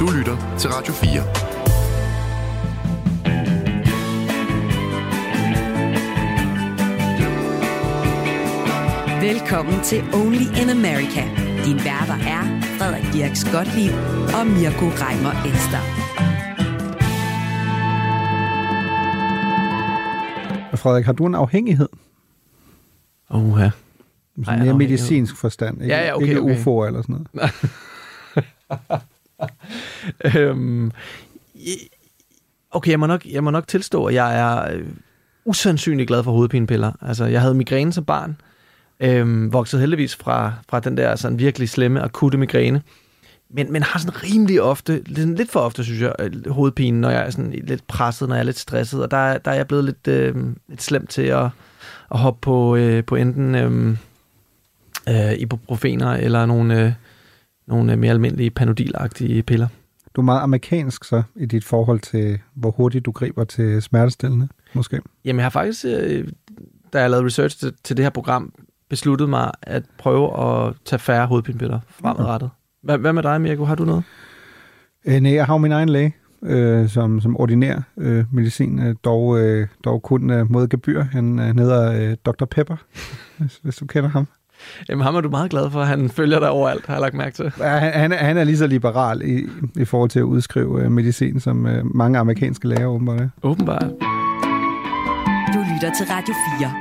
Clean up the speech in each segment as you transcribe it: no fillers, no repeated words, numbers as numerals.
Du lytter til Radio 4. Velkommen til Only in America. Din værter er Frederik Dirks Gottlieb og Mirko Reimer Elster. Frederik, har du en afhængighed? Ja. Mere medicinsk forstand, ikke? Ja, okay, ikke okay. UFO'er eller sådan noget. Okay, jeg må nok tilstå, at jeg er usandsynligt glad for hovedpinepiller. Altså, jeg havde migræne som barn. Voksede heldigvis fra den der sådan virkelig slemme, akutte migræne. Men har sådan rimelig ofte, lidt for ofte, synes jeg, hovedpine, når jeg er sådan lidt presset, når jeg er lidt stresset. Og der er jeg blevet lidt slemt til at hoppe på enten ibuprofener eller nogle mere almindelige Panodil-agtige piller. Du er meget amerikansk så, i dit forhold til, hvor hurtigt du griber til smertestillende, måske? Jamen, jeg har faktisk, da jeg lavede research til det her program, besluttet mig at prøve at tage færre hovedpinepiller fremadrettet. Hvad med dig, Mirko? Har du noget? Nej, jeg har jo min egen læge, som ordinerer medicin, dog kun mod gebyr. Han hedder Dr. Pepper, hvis du kender ham. Jamen, ham er du meget glad for. Han følger dig overalt, har jeg lagt mærke til. Ja, han er lige så liberal i forhold til at udskrive medicin, som mange amerikanske læger åbenbart er. Åbenbart. Du lytter til Radio 4.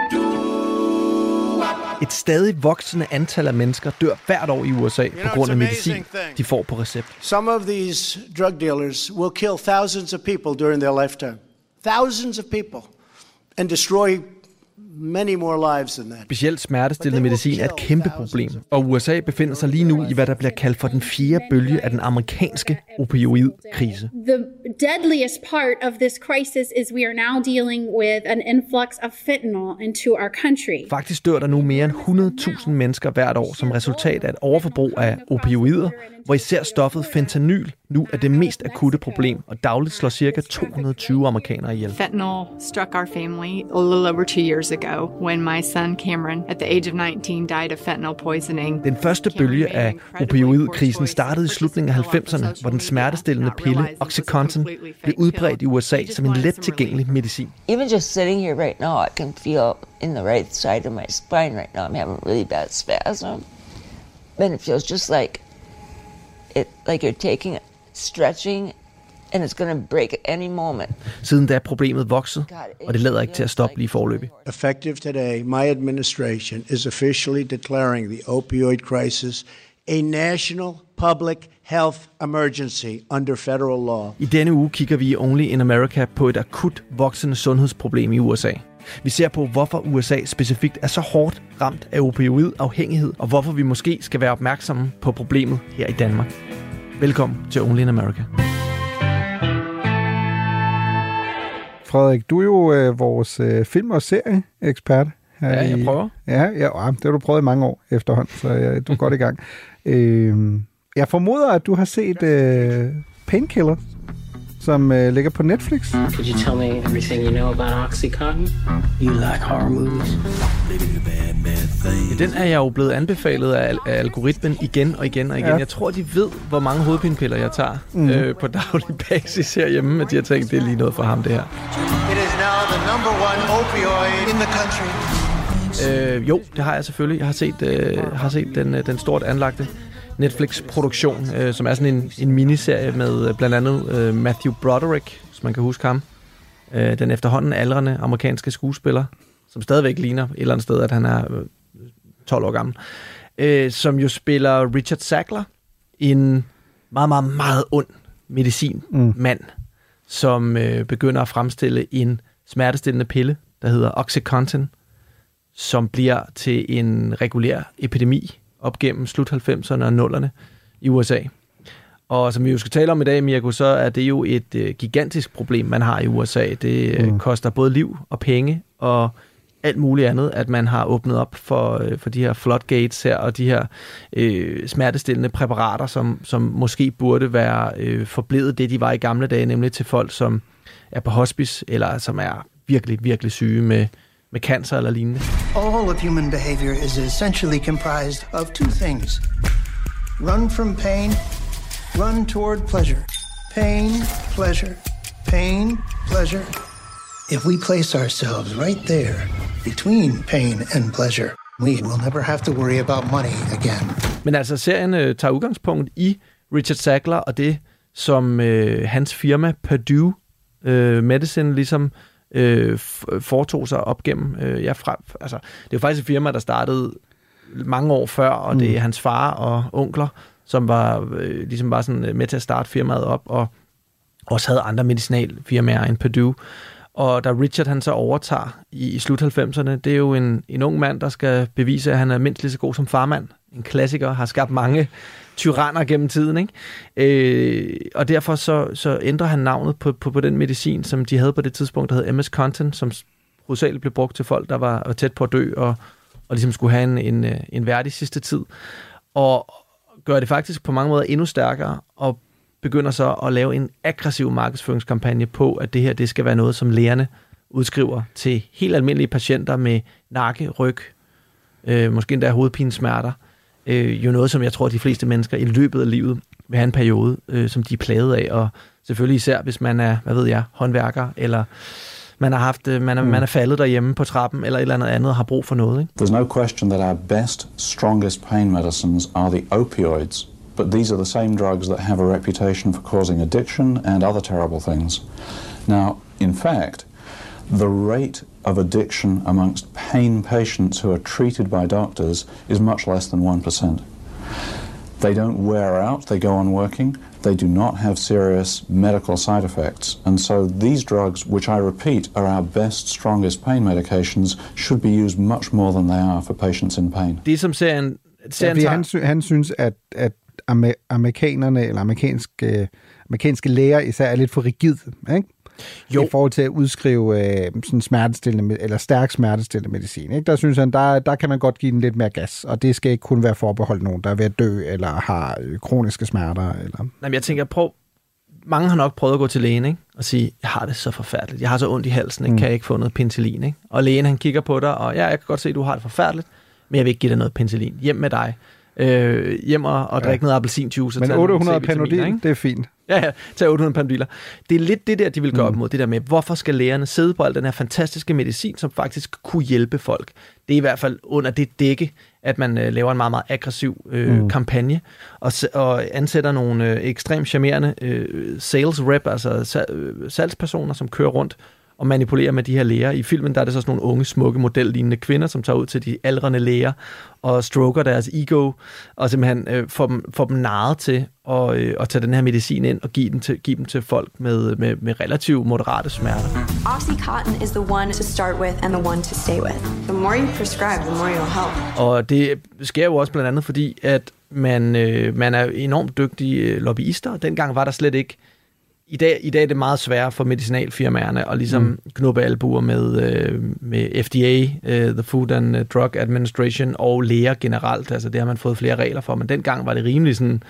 Et stadig voksende antal af mennesker dør hvert år i USA på grund af medicin, de får på recept. Some of these drug dealers will kill thousands of people during their lifetime. Thousands of people. And destroy many more lives than that. Specielt smertestillende medicin er et kæmpe problem, og USA befinder sig lige nu i, hvad der bliver kaldt for den 4. bølge af den amerikanske opioidkrise. The deadliest part of this crisis is we are now dealing with an influx of fentanyl into our country. Faktisk dør der nu mere end 100.000 mennesker hvert år som resultat af et overforbrug af opioider, hvor især stoffet fentanyl nu er det mest akutte problem, og dagligt slår ca. 220 amerikanere ihjel. Fentanyl struck our family a little over 2 years ago, when my son Cameron, at the age of 19, died of fentanyl poisoning. Den første bølge af opioidkrisen startede i slutningen af 90'erne, hvor den smertestillende pille Oxycontin blev udbredt i USA som en let tilgængelig medicin. Even just sitting here right now, I can feel in the right side of my spine right now. I'm having a really bad spasm. And it feels just like you're taking stretching, and it's going to break at any moment. Siden da er problemet vokset, og det lader ikke til at stoppe lige foreløbig. Effective today, my administration is officially declaring the opioid crisis a national public health emergency under federal law. I denne uge kigger vi i Only in America på et akut voksende sundhedsproblem i USA. Vi ser på, hvorfor USA specifikt er så hårdt ramt af opioidafhængighed, og hvorfor vi måske skal være opmærksomme på problemet her i Danmark. Velkommen til Only in America. Frederik, du er jo vores film- og serieekspert. Ja, jeg prøver. Ja, det har du prøvet i mange år efterhånden, så du er godt i gang. Jeg formoder, at du har set Painkiller, som ligger på Netflix. Could you tell me everything you know about Oxycontin? You like horror movies? Ja, den er jeg jo blevet anbefalet af algoritmen igen og igen og igen. Ja. Jeg tror, de ved, hvor mange hovedpinepiller jeg tager på daglig basis herhjemme, at de har tænkt, det er lige noget for ham, det her. It is now the #1 opioid in the country. Jo, det har jeg selvfølgelig. Jeg har set den stort anlagte Netflix-produktion, som er sådan en miniserie med blandt andet Matthew Broderick, hvis man kan huske ham. Den efterhånden aldrende amerikanske skuespiller, som stadigvæk ligner et eller andet sted, at han er 12 år gammel, som jo spiller Richard Sackler, en meget, meget, meget ond medicinmand, som begynder at fremstille en smertestillende pille, der hedder Oxycontin, som bliver til en regulær epidemi op gennem slut 90'erne og 0'erne i USA. Og som vi jo skal tale om i dag, Mirko, så er det jo et gigantisk problem, man har i USA. Det koster både liv og penge og alt muligt andet, at man har åbnet op for de her floodgates her, og de her smertestillende præparater, som måske burde være forblevet det, de var i gamle dage, nemlig til folk, som er på hospice, eller som er virkelig, virkelig syge med cancer eller lignende. All of human behavior is essentially comprised of two things. Run from pain run toward pleasure. Pain, pleasure, pain, pleasure. If we place ourselves right there, between pain and pleasure, we will never have to worry about money again. Men altså, serien tager udgangspunkt i Richard Sackler og det, som hans firma Purdue Medicine ligesom foretog sig op gennem. Det er jo faktisk et firma, der startede mange år før, og det er hans far og onkler, som var ligesom bare sådan med til at starte firmaet op, og også havde andre medicinalfirmaer end Purdue. Og da Richard han så overtager i slut 90'erne, det er jo en ung mand, der skal bevise, at han er mindst lige så god som farmand. En klassiker, har skabt mange tyranner gennem tiden, ikke? Og derfor så ændrer han navnet på den medicin, som de havde på det tidspunkt, der hed MS Content, som hovedsageligt blev brugt til folk, der var tæt på at dø, og ligesom skulle have en værdig sidste tid. Og gør det faktisk på mange måder endnu stærkere, og begynder så at lave en aggressiv markedsføringskampagne på, at det her det skal være noget, som lægerne udskriver til helt almindelige patienter med nakke, ryg, måske endda hovedpinesmerter. Jo noget, som jeg tror, de fleste mennesker i løbet af livet vil have en periode, som de er plaget af, og selvfølgelig især, hvis man er, håndværker, eller man er faldet derhjemme på trappen, eller et eller andet og har brug for noget, ikke? There's no question that our best, strongest pain medicines are the opioids. But these are the same drugs that have a reputation for causing addiction and other terrible things. Now, in fact, the rate of addiction amongst pain patients who are treated by doctors is much less than 1%. They don't wear out, they go on working, they do not have serious medical side effects. And so these drugs, which I repeat are our best, strongest pain medications, should be used much more than they are for patients in pain. Det som serien han synes, at amerikanerne eller amerikanske læger især er lidt for rigide, ikke? Jo. I forhold til at udskrive sådan smertestillende eller stærk smertestillende medicin, ikke? Der synes han, der kan man godt give den lidt mere gas, og det skal ikke kun være forbeholdt nogen, der er ved at dø eller har kroniske smerter. Eller... Jamen, jeg tænker, mange har nok prøvet at gå til lægen, ikke? Og sige, jeg har det så forfærdeligt, jeg har så ondt i halsen, ikke? Kan jeg ikke få noget penicillin, ikke? Og lægen han kigger på dig, og jeg kan godt se, at du har det forfærdeligt, men jeg vil ikke give dig noget penicillin. Hjem med dig. Hjem og drikke noget appelsinjuice. Men 800 Panodil, det er fint. Ja, tag 800 Panodiler. Det er lidt det der, de vil gøre op mod, det der med, hvorfor skal lægerne sidde på al den her fantastiske medicin, som faktisk kunne hjælpe folk. Det er i hvert fald under det dække, at man laver en meget, meget aggressiv kampagne, og ansætter nogle ekstremt charmerende sales rep, altså salgspersoner, som kører rundt og manipulerer med de her læger. I filmen der er det så sådan nogle unge, smukke, modellignende kvinder, som tager ud til de aldrende læger og stroker deres ego, og simpelthen får dem narret til at tage den her medicin ind og give dem til folk med relativt moderate smerter. OxyContin is the one to start with and the one to stay with. The more you prescribe, the more you'll help. Og det sker jo også blandt andet, fordi at man er enormt dygtige lobbyister. Dengang var der slet ikke. I dag er det meget sværere for medicinalfirmaerne at ligesom knuppe albuer med FDA, The Food and Drug Administration, og læger generelt. Altså det har man fået flere regler for, men dengang var det rimelig sådan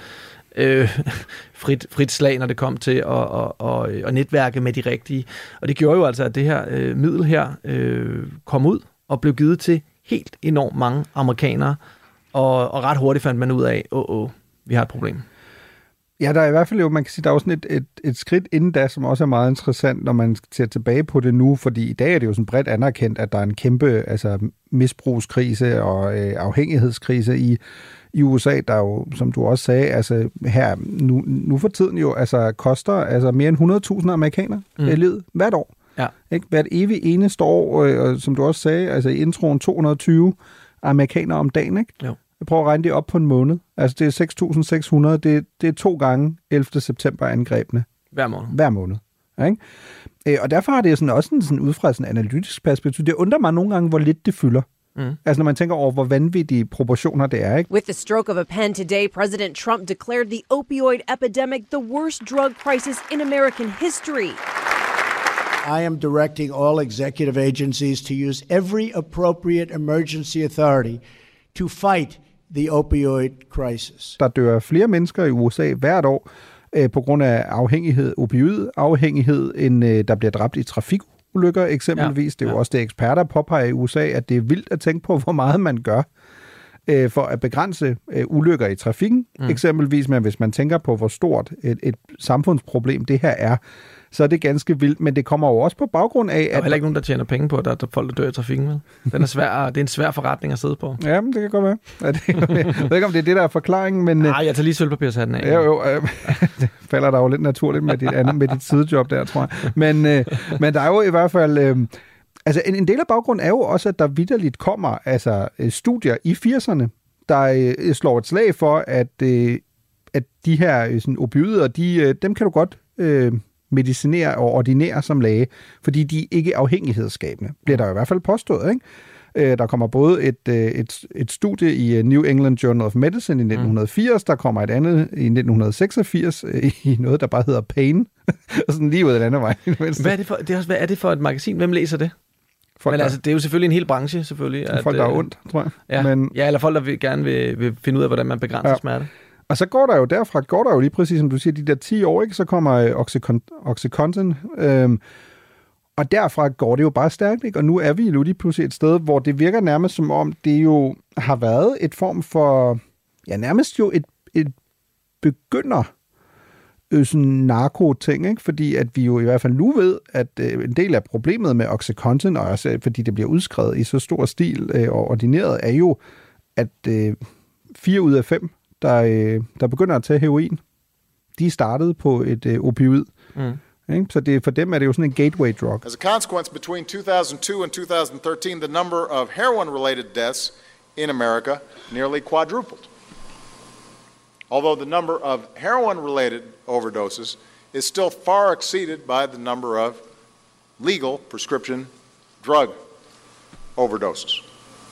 frit slag, når det kom til at netværke med de rigtige. Og det gjorde jo altså, at det her middel her kom ud og blev givet til helt enormt mange amerikanere, og ret hurtigt fandt man ud af, vi har et problem. Ja, der er i hvert fald jo, man kan sige, der er jo sådan et skridt inden da, som også er meget interessant, når man ser tilbage på det nu, fordi i dag er det jo sådan bredt anerkendt, at der er en kæmpe misbrugskrise og afhængighedskrise i USA, der jo, som du også sagde, altså her nu for tiden jo, altså koster mere end 100.000 amerikanere livet hvert år. Ja. Ikke? Hvert evig eneste år, og som du også sagde, altså i introen 220 amerikanere om dagen, ikke? Jo. Jeg prøver at regne det op på en måned. Altså det er 6.600. Det er 2 gange 11. september angrebene. Hver måned. Ikke? Og derfor har det sådan også sådan ud fra sådan analytisk perspektiv. Det undrer mig nogle gange, hvor lidt det fylder. Altså når man tænker over, hvor vanvittige proportioner det er. Ikke? With the stroke of a pen today, President Trump declared the opioid epidemic the worst drug crisis in American history. I am directing all executive agencies to use every appropriate emergency authority to fight the opioid crisis. Der dør flere mennesker i USA hvert år på grund af opioidafhængighed, end der bliver dræbt i trafikulykker eksempelvis. Det er jo også det, eksperter påpeger i USA, at det er vildt at tænke på, hvor meget man gør for at begrænse ulykker i trafikken. Eksempelvis, men hvis man tænker på, hvor stort et samfundsproblem det her er, så er det ganske vildt, men det kommer jo også på baggrund af, at... Der er heller ikke nogen, der tjener penge på, at der er folk, der dør i trafikken, vel? Den er svær, det er en svær forretning at sidde på. Ja, men det kan godt være. Ja, jeg ved ikke, om det er det, der er forklaringen, men... Nej, jeg tager lige sølvpapirshatten af. Jo, det falder der jo lidt naturligt med dit sidejob der, tror jeg. Men der er jo i hvert fald... Altså, en del af baggrunden er jo også, at der vitterligt kommer studier i 80'erne, der slår et slag for, at de her sådan, opioider, dem kan du godt medicinere og ordinere som læge, fordi de ikke er afhængighedsskabende. Bliver der i hvert fald påstået, ikke? Der kommer både et studie i New England Journal of Medicine i 1980, der kommer et andet i 1986 i noget, der bare hedder Pain, og sådan lige ud af den anden vej. Hvad er det for et magasin? Hvem læser det? Men altså, det er jo selvfølgelig en hel branche, selvfølgelig. Folk, der er ondt, tror jeg. Ja, eller folk, der gerne vil finde ud af, hvordan man begrænser smerte. Og så går der jo lige præcis, som du siger, de der 10 år, ikke? Så kommer Oxycontin, og derfra går det jo bare stærkt, ikke? Og nu er vi jo lige pludselig et sted, hvor det virker nærmest som om, det jo har været et form for, ja, nærmest jo et begynder sådan narko-ting, ikke? Fordi at vi jo i hvert fald nu ved, at en del af problemet med Oxycontin, og også fordi det bliver udskrevet i så stor stil og ordineret, er jo, at 4 ud af 5, der begynder at tage heroin, de startede på et opioid. Så for dem er det jo sådan en gateway drug. As a consequence, between 2002 and 2013, the number of heroin-related deaths in America nearly quadrupled. Although the number of heroin-related overdoses is still far exceeded by the number of legal prescription drug overdoses.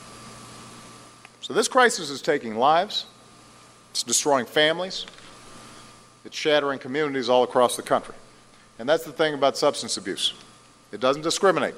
So this crisis is taking lives, it's destroying families, it's shattering communities all across the country. And that's the thing about substance abuse. It doesn't discriminate.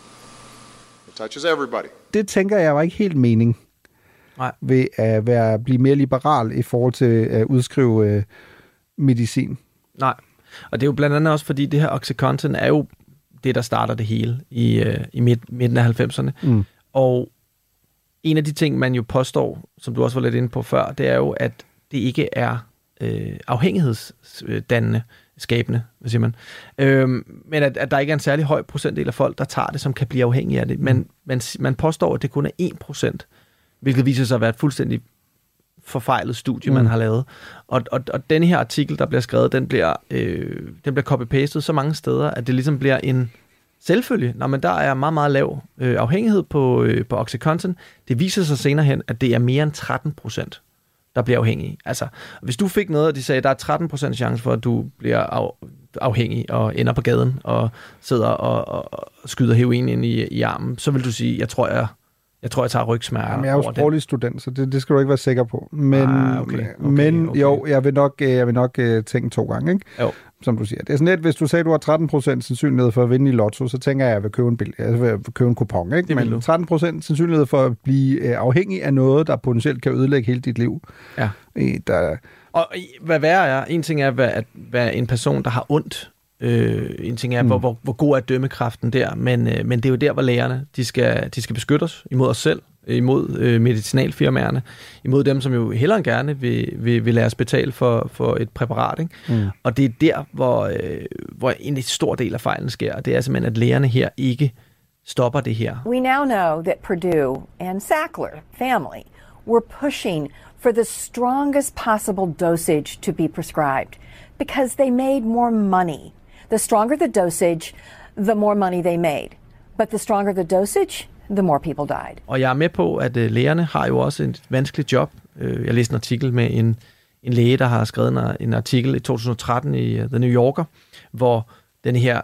It touches everybody. Det tænker jeg var ikke helt mening. Nej. Ved at blive mere liberal i forhold til at udskrive medicin. Nej, og det er jo blandt andet også, fordi det her Oxycontin er jo det, der starter det hele i midten af 90'erne. Og en af de ting, man jo påstår, som du også var lidt inde på før, det er jo, at det ikke er afhængighedsdannende, skabende, hvad siger man. Men at der ikke er en særlig høj procentdel af folk, der tager det, som kan blive afhængige af det. Men man påstår, at det kun er 1%, hvilket viser sig at være et fuldstændig forfejlet studie, man har lavet. Og denne her artikel, der bliver skrevet, den bliver copy-pastet så mange steder, at det ligesom bliver en selvfølge. Nå, men der er meget, meget lav afhængighed på Oxycontin. Det viser sig senere hen, at det er mere end 13%, der bliver afhængige. Altså, hvis du fik noget, og de sagde, at der er 13% chance for, at du bliver afhængig og ender på gaden og sidder og skyder heroin ind i armen, så vil du sige, jeg tror, jeg tager rygsmerter. Jamen, jeg er jo sproglig student, så det skal du ikke være sikker på. Men, okay. Jeg vil nok tænke 2 gange, ikke? Jo. Som du siger. Det er sådan lidt, hvis du sagde, at du har 13% sandsynlighed for at vinde i lotto, så tænker jeg, at jeg vil købe en kupon, ikke? Men 13% sandsynlighed for at blive afhængig af noget, der potentielt kan ødelægge hele dit liv. Ja. Og hvad værre er, en ting er, at være en person, der har ondt. En ting er, hvor god er dømmekraften der, men det er jo der, hvor lægerne, de skal beskytte os imod os selv, imod medicinalfirmaerne, imod dem, som jo hellere end gerne vil lade os betale for et præparat. Ikke? Og det er der, hvor en stor del af fejlen sker, og det er simpelthen, at lægerne her ikke stopper det her. We now know that Purdue and Sackler family were pushing for the strongest possible dosage to be prescribed because they made more money. The stronger the dosage, the more money they made. But the stronger the dosage, the more people died. Og jeg er med på, at lægerne har jo også et vanskeligt job. Jeg læste en artikel med en læge, der har skrevet en artikel i 2013 i The New Yorker, hvor den her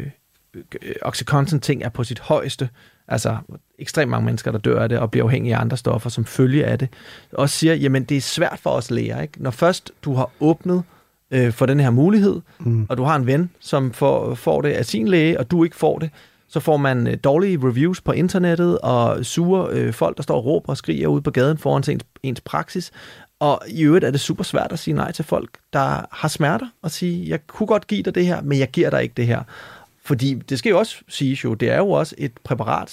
Oxycontin-ting er på sit højeste. Altså ekstremt mange mennesker, der dør af det og bliver afhængige af andre stoffer, som følge af det. Og siger, jamen det er svært for os læger, ikke? Når først du har åbnet for den her mulighed, og du har en ven, som får det af sin læge, og du ikke får det, så får man dårlige reviews på internettet, og sure folk, der står og råber og skriger ude på gaden foran ens praksis. Og i øvrigt er det super svært at sige nej til folk, der har smerter, og sige, jeg kunne godt give dig det her, men jeg giver dig ikke det her. Fordi det skal jo også siges jo, det er jo også et præparat, som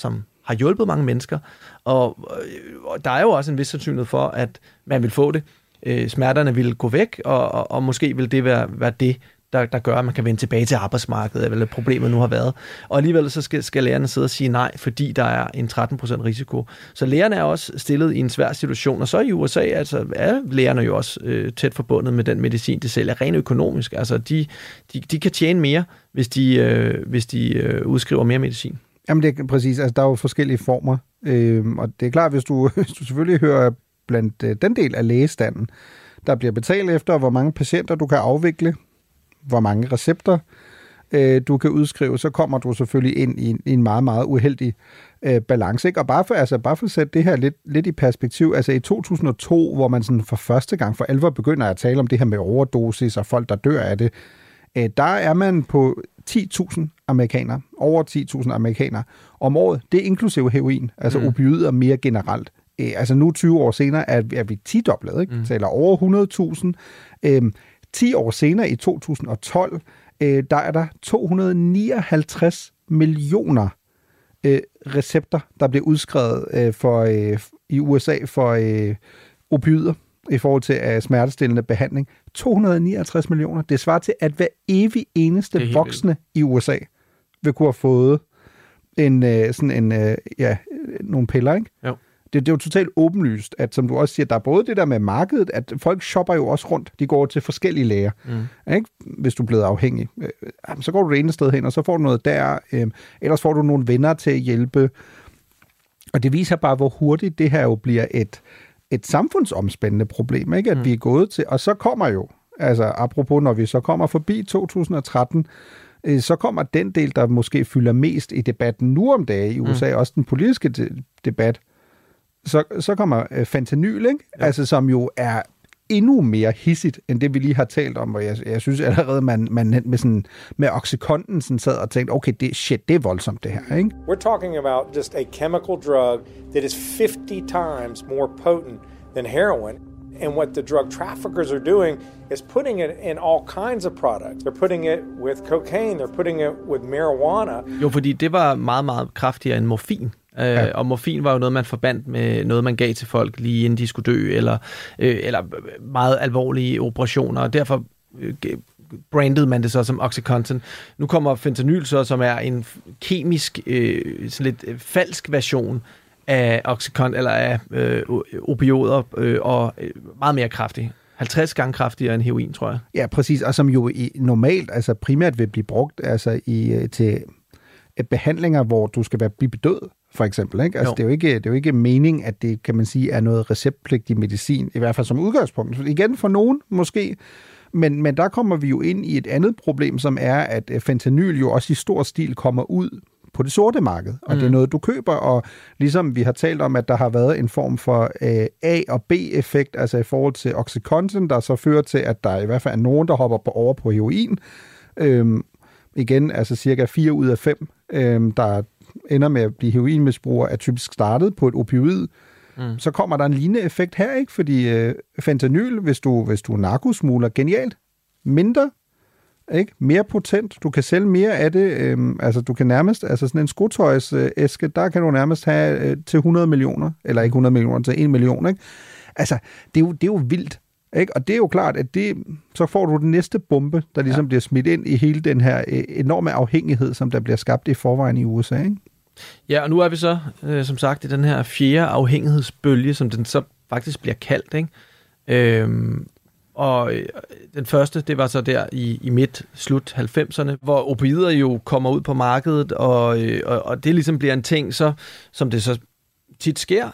har hjulpet mange mennesker, og der er jo også en vis sandsynlighed for, at man vil få det. Smerterne vil gå væk, og måske vil det være det, der gør, at man kan vende tilbage til arbejdsmarkedet, eller problemet nu har været. Og alligevel så skal lægerne sidde og sige nej, fordi der er en 13% risiko. Så lægerne er også stillet i en svær situation, og så i USA altså, er lægerne jo også tæt forbundet med den medicin, de sælger, rent økonomisk. Altså, de kan tjene mere, hvis de udskriver mere medicin. Jamen det er præcis, altså der er jo forskellige former, og det er klart, hvis du selvfølgelig hører blandt den del af lægestanden, der bliver betalt efter, hvor mange patienter du kan afvikle, hvor mange recepter du kan udskrive, så kommer du selvfølgelig ind i en meget, meget uheldig balance. Ikke? Og bare for at sætte det her lidt i perspektiv, altså i 2002, hvor man sådan for første gang for alvor begynder at tale om det her med overdosis og folk, der dør af det, der er man på 10.000 amerikanere, over 10.000 amerikanere om året. Det er inklusive heroin, altså opioider mere generelt. Altså nu 20 år senere er vi 10-doblet, ikke? Taler over 100.000. 10 år senere, i 2012, der er der 259 millioner recepter, der bliver udskrevet i USA for opioider i forhold til smertestillende behandling. 259 millioner. Det svarer til, at hver evig eneste voksne i USA vil kunne have fået nogle piller, ikke? Jo. Det er jo totalt åbenlyst, at som du også siger, der er både det der med markedet, at folk shopper jo også rundt. De går til forskellige læger. Ikke? Hvis du er blevet afhængig, så går du det ene sted hen, og så får du noget der. Ellers får du nogle venner til at hjælpe. Og det viser bare, hvor hurtigt det her jo bliver et samfundsomspændende problem, ikke? At vi er gået til. Og så kommer jo, altså apropos, når vi så kommer forbi 2013, så kommer den del, der måske fylder mest i debatten nu om dagen i USA, også den politiske debat. Så kommer fentanyl, ikke? Ja. Altså, som jo er endnu mere hissigt, end det vi lige har talt om, og jeg synes allerede, man med Oxycontin sådan sad og tænkte, okay, det er voldsomt det her, ikke? We're talking about just a chemical drug that is 50 times more potent than heroin. And what the drug traffickers are doing is putting it in all kinds of products. They're putting it with cocaine, they're putting it with marijuana. Jo, fordi det var meget, meget kraftigere end morfin. Ja. Og morfin var jo noget, man forbandt med noget, man gav til folk lige inden de skulle dø, eller meget alvorlige operationer, og derfor brandede man det så som Oxycontin. Nu kommer fentanyl så, som er en kemisk, sådan lidt falsk version af Oxycontin, eller af opioider, og meget mere kraftig. 50 gange kraftigere end heroin, tror jeg. Ja, præcis, og som jo normalt, altså primært vil blive brugt altså til behandlinger, hvor du skal blive bedøvet, for eksempel. Ikke? Altså, det er jo ikke meningen, at det, kan man sige, er noget receptpligtig medicin, i hvert fald som udgangspunkt. Igen for nogen, måske, men der kommer vi jo ind i et andet problem, som er, at fentanyl jo også i stor stil kommer ud på det sorte marked, og det er noget, du køber, og ligesom vi har talt om, at der har været en form for A- og B-effekt, altså i forhold til Oxycontin, der så fører til, at der i hvert fald er nogen, der hopper over på heroin. Igen, altså cirka 4 ud af 5, der ender med at blive heroinmisbrugere, er typisk startet på et opioid. Så kommer der en lignende effekt her, ikke? Fordi fentanyl, hvis du er narkosmugler, genialt. Mindre, ikke? Mere potent. Du kan sælge mere af det. Altså, du kan nærmest, altså sådan en skotøjsæske, der kan du nærmest have til 100 millioner, eller ikke 100 millioner, til 1 million, ikke? Altså, det er jo vildt. Ikke? Og det er jo klart, at så får du den næste bombe, der ligesom bliver smidt ind i hele den her enorme afhængighed, som der bliver skabt i forvejen i USA. Ikke? Ja, og nu er vi så, som sagt, i den her 4. afhængighedsbølge, som den så faktisk bliver kaldt. Ikke? Og den første, det var så der i midt-slut 90'erne, hvor opioider jo kommer ud på markedet, og det ligesom bliver en ting, så, som det så tit sker,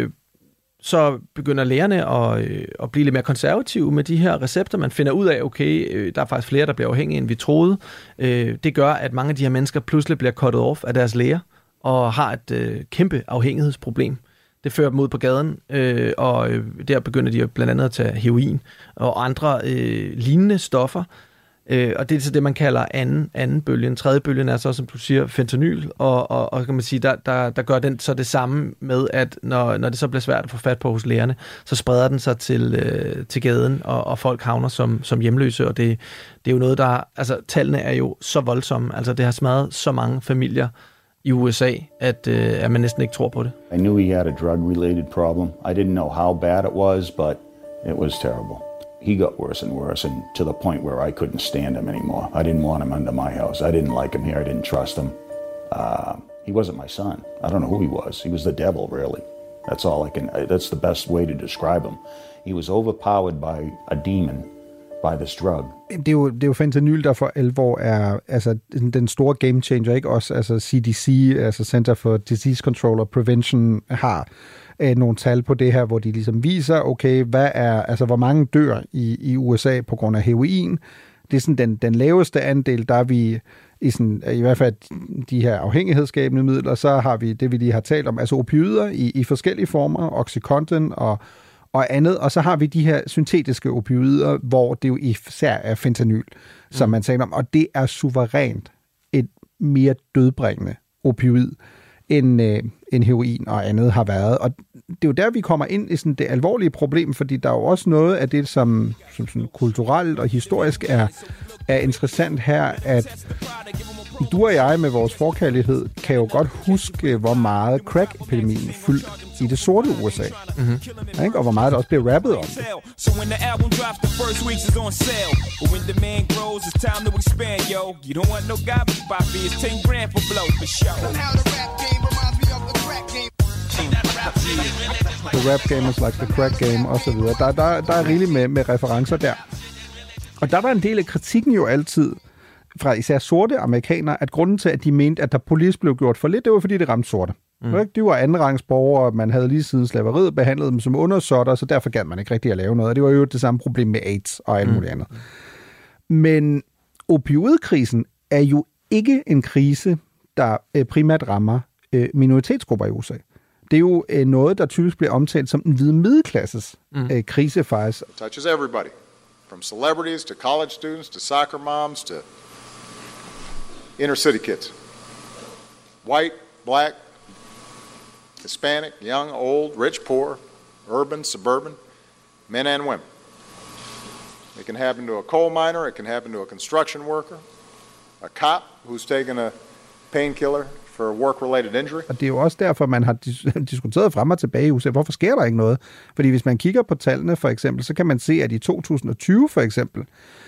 så begynder lægerne at blive lidt mere konservative med de her recepter. Man finder ud af, okay, der er faktisk flere, der bliver afhængige, end vi troede. Det gør, at mange af de her mennesker pludselig bliver cuttet off af deres læger, og har et kæmpe afhængighedsproblem. Det fører dem ud på gaden, og der begynder de blandt andet at tage heroin og andre lignende stoffer. Og det er så det, man kalder anden bølgen. Tredje bølgen er så, som du siger, fentanyl, og kan man sige, der gør den så det samme med, at når det så bliver svært at få fat på hos lægerne, så spreder den sig til gaden, og folk havner som hjemløse, og det er jo noget, der, altså tallene er jo så voldsomme, altså det har smadret så mange familier i USA, at man næsten ikke tror på det. I knew he had a drug-related problem. I didn't know how bad it was, but it was terrible. He got worse and worse, and to the point where I couldn't stand him anymore. I didn't want him under my house. I didn't like him here. I didn't trust him. He wasn't my son. I don't know who he was. He was the devil, really. That's the best way to describe him. He was overpowered by a demon, by this drug. Det er jo fentanyl, der for alvor er altså den store game changer, ikke? Også altså CDC, altså Center for Disease Control and Prevention, har nogle tal på det her, hvor de ligesom viser, okay, hvor mange dør i USA på grund af heroin. Det er sådan den laveste andel, der er vi i hvert fald de her afhængighedsskabende midler, så har vi det, vi lige har talt om, altså opioider i forskellige former, Oxycontin og andet, og så har vi de her syntetiske opioider, hvor det jo især er fentanyl, som man taler om, og det er suverænt et mere dødbringende opioid, end heroin og andet har været. Og det er jo der, vi kommer ind i sådan det alvorlige problem, fordi der er jo også noget af det, som sådan kulturelt og historisk er interessant her, at du og jeg med vores forkærlighed kan jo godt huske, hvor meget crack-epidemien fyldte i det sorte USA. Mm-hmm. Og hvor meget der også blev rappet om det. The rap game is like the crack game, og så videre. Der er rigeligt med referencer der. Og der var en del af kritikken jo altid fra især sorte amerikanere, at grunden til, at de mente, at der politisk blev gjort for lidt, det var, fordi det ramte sorte. De var andenrangsborgere, man havde lige siden slaveriet behandlet dem som undersåtter, så derfor gad man ikke rigtig at lave noget. Det var jo det samme problem med AIDS og alt muligt andet. Men opioidkrisen er jo ikke en krise, der primært rammer minoritetsgrupper i USA. Det er jo noget, der typisk bliver omtalt som den hvide middelklasses krise faktisk. It touches everybody, from celebrities to college students to soccer moms to inner city kids. White, black, Hispanic, young, old, rich, poor, urban, suburban, men and women. It can happen to a coal miner, it can happen to a construction worker, a cop who's taken a painkiller for work-related injury. Og det er jo også derfor, man har diskuteret frem og tilbage i USA. Hvorfor sker der ikke noget? Fordi hvis man kigger på tallene for eksempel, så kan man se, at i 2020 for eksempel,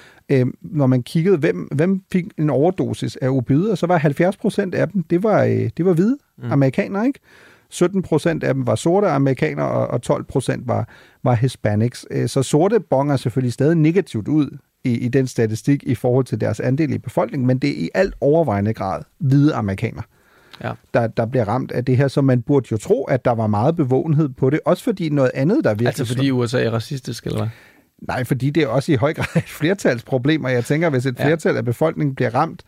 når man kiggede, hvem fik en overdosis af opioider, så var 70% af dem, det var hvide amerikanere, ikke? 17% af dem var sorte amerikanere, og 12% var hispanics. Så sorte bonger selvfølgelig stadig negativt ud i den statistik i forhold til deres andel i befolkningen, men det er i alt overvejende grad hvide amerikanere, der bliver ramt af det her, så man burde jo tro, at der var meget bevågenhed på det, også fordi noget andet, der virkelig... Altså fordi USA er racistisk, eller hvad? Nej, fordi det er også i høj grad et flertalsproblem, og jeg tænker, hvis et flertal af befolkningen bliver ramt,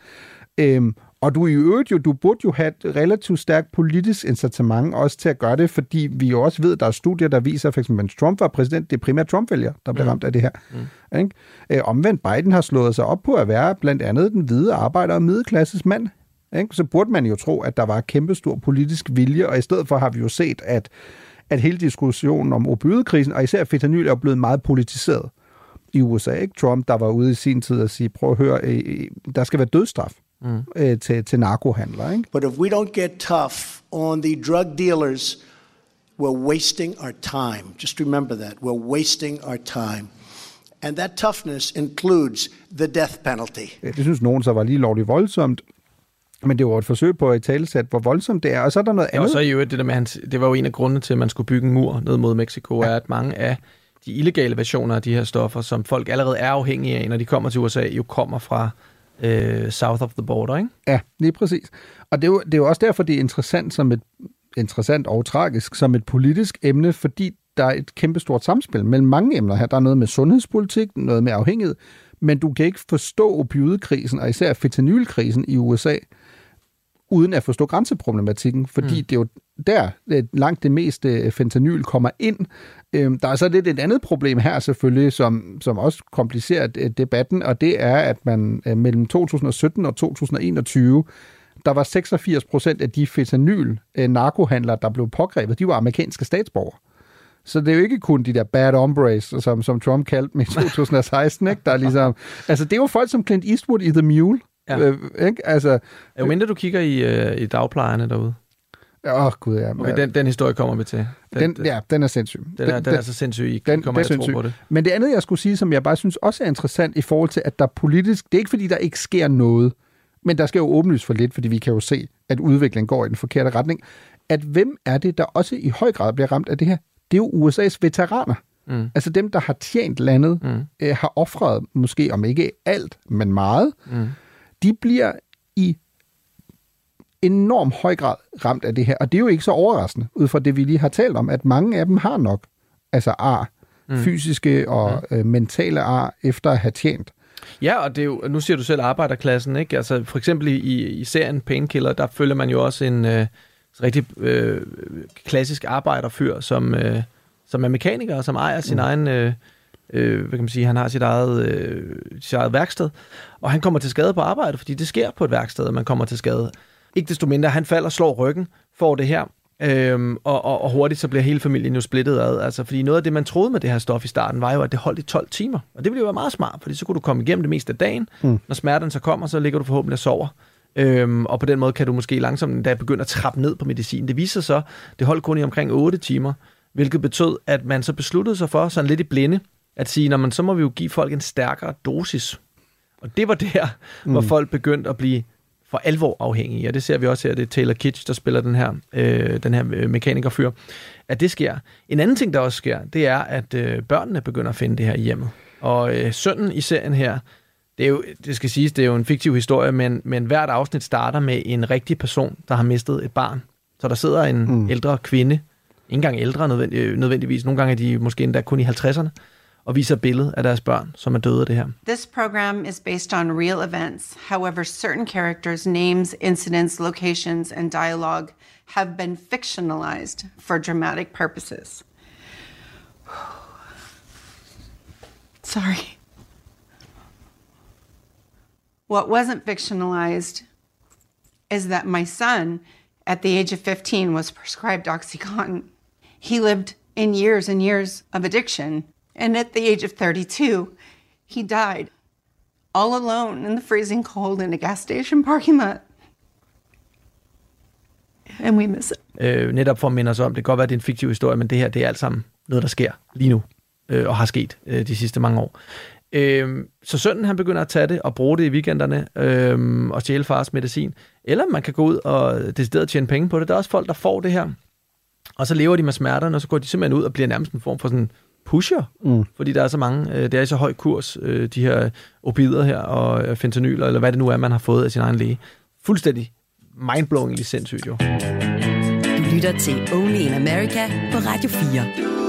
og du burde jo have et relativt stærkt politisk incitament også til at gøre det, fordi vi jo også ved, at der er studier, der viser, for eksempel, at Trump var præsident, det er primært Trump-vælgere, der bliver ramt af det her. Ikke? Omvendt Biden har slået sig op på at være blandt andet den hvide arbejder- og middelklasses mand. Ikke? Så burde man jo tro, at der var kæmpestor politisk vilje, og i stedet for har vi jo set, at hele diskussionen om opioidkrisen, og især fentanyl, er blevet meget politiseret i USA. Ikke? Trump, der var ude i sin tid at sige, prøv at høre, der skal være dødsstraf til narkohandlere. Ikke? But if we don't get tough on the drug dealers, we're wasting our time. Just remember that. We're wasting our time. And that toughness includes the death penalty. Det synes nogen så var lige lovligt voldsomt, men det var et forsøg på at italesætte, hvor voldsomt det er, og så er der noget andet. Og så jo det der med, det var jo en af grundene til, at man skulle bygge en mur ned mod Mexico, er, at mange af de illegale versioner af de her stoffer, som folk allerede er afhængige af, når de kommer til USA, jo kommer fra south of the border, ikke? Ja, lige præcis. Og det er jo også derfor, det er interessant og tragisk som et politisk emne, fordi der er et kæmpestort samspil mellem mange emner her. Der er noget med sundhedspolitik, noget med afhængighed, men du kan ikke forstå opioidkrisen, og især fentanylkrisen i USA, uden at forstå grænseproblematikken, fordi det er jo der langt det meste fentanyl kommer ind. Der er så lidt et andet problem her selvfølgelig, som også komplicerer debatten, og det er, at man mellem 2017 og 2021, der var 86% af de fentanyl-narkohandlere, der blev pågrebet, de var amerikanske statsborgere. Så det er jo ikke kun de der bad hombres, som Trump kaldte dem i 2016, ikke? Der er ligesom, altså det er jo folk som Clint Eastwood i The Mule, Ja. Ikke? Altså, jo mindre du kigger i dagplejerne derude. Gud, ja. Okay, den historie kommer vi til. Den er sindssyg. Den er så sindssyg, I kommer til at tro på det. Men det andet, jeg skulle sige, som jeg bare synes også er interessant i forhold til, at der politisk... Det er ikke, fordi der ikke sker noget, men der skal jo åbenlyst for lidt, fordi vi kan jo se, at udviklingen går i den forkerte retning. At hvem er det, der også i høj grad bliver ramt af det her? Det er jo USA's veteraner. Altså dem, der har tjent landet, har ofret måske, om ikke alt, men meget. De bliver i enormt høj grad ramt af det her. Og det er jo ikke så overraskende, ud fra det, vi lige har talt om, at mange af dem har nok altså ar, fysiske og mentale ar, efter at have tjent. Ja, og det er jo, nu siger du selv arbejderklassen, ikke? Altså for eksempel i serien Painkiller, der følger man jo også en rigtig klassisk arbejderfyr, som er mekaniker, og som ejer sin egen... hvad kan man sige, han har sit eget værksted, og han kommer til skade på arbejde, fordi det sker på et værksted, at man kommer til skade. Ikke desto mindre, han falder, slår ryggen, får det her, og hurtigt så bliver hele familien jo splittet ad. Altså, fordi noget af det, man troede med det her stof i starten, var jo, at det holdt i 12 timer. Og det ville jo være meget smart, fordi så kunne du komme igennem det meste af dagen. Når smerten så kommer, så ligger du forhåbentlig og sover. Og på den måde kan du måske langsomt begynde at trappe ned på medicin. Det viser sig, det holdt kun i omkring 8 timer, hvilket betød, at man så besluttede sig for, sådan lidt i blinde, at sige, så må vi jo give folk en stærkere dosis. Og det var der, hvor folk begyndte at blive for alvor afhængige. Og det ser vi også her, det er Taylor Kitsch, der spiller den her mekanikerfyr, at det sker. En anden ting, der også sker, det er, at børnene begynder at finde det her i hjemmet. Og sønnen i serien her, det skal siges, det er jo en fiktiv historie, men hvert afsnit starter med en rigtig person, der har mistet et barn. Så der sidder en ældre kvinde, ikke engang ældre nødvendigvis, nogle gange er de måske endda kun i 50'erne, og viser et billede af deres børn, som er døde af det her. This program is based on real events. However, certain characters' names, incidents, locations, and dialogue have been fictionalized for dramatic purposes. Sorry. What wasn't fictionalized is that my son, at the age of 15, was prescribed OxyContin. He lived in years and years of addiction. And at the age of 32, he died all alone in the freezing cold in a gas station parking lot. And we miss it. Netop for at minde os om, det kan godt være, det er en fiktiv historie, men det her, det er alt sammen noget, der sker lige nu, og har sket de sidste mange år. Så sønnen, han begynder at tage det og bruge det i weekenderne, og stjæle fars medicin. Eller man kan gå ud og decideret tjene penge på det. Der er også folk, der får det her, og så lever de med smerterne, og så går de simpelthen ud og bliver nærmest en form for sådan pusher, fordi der er så mange, det er i så høj kurs, de her opider her, og fentanyl, eller hvad det nu er, man har fået af sin egen læge. Fuldstændig mindblowingly sindssygt jo. Du lytter til Only in America på Radio 4.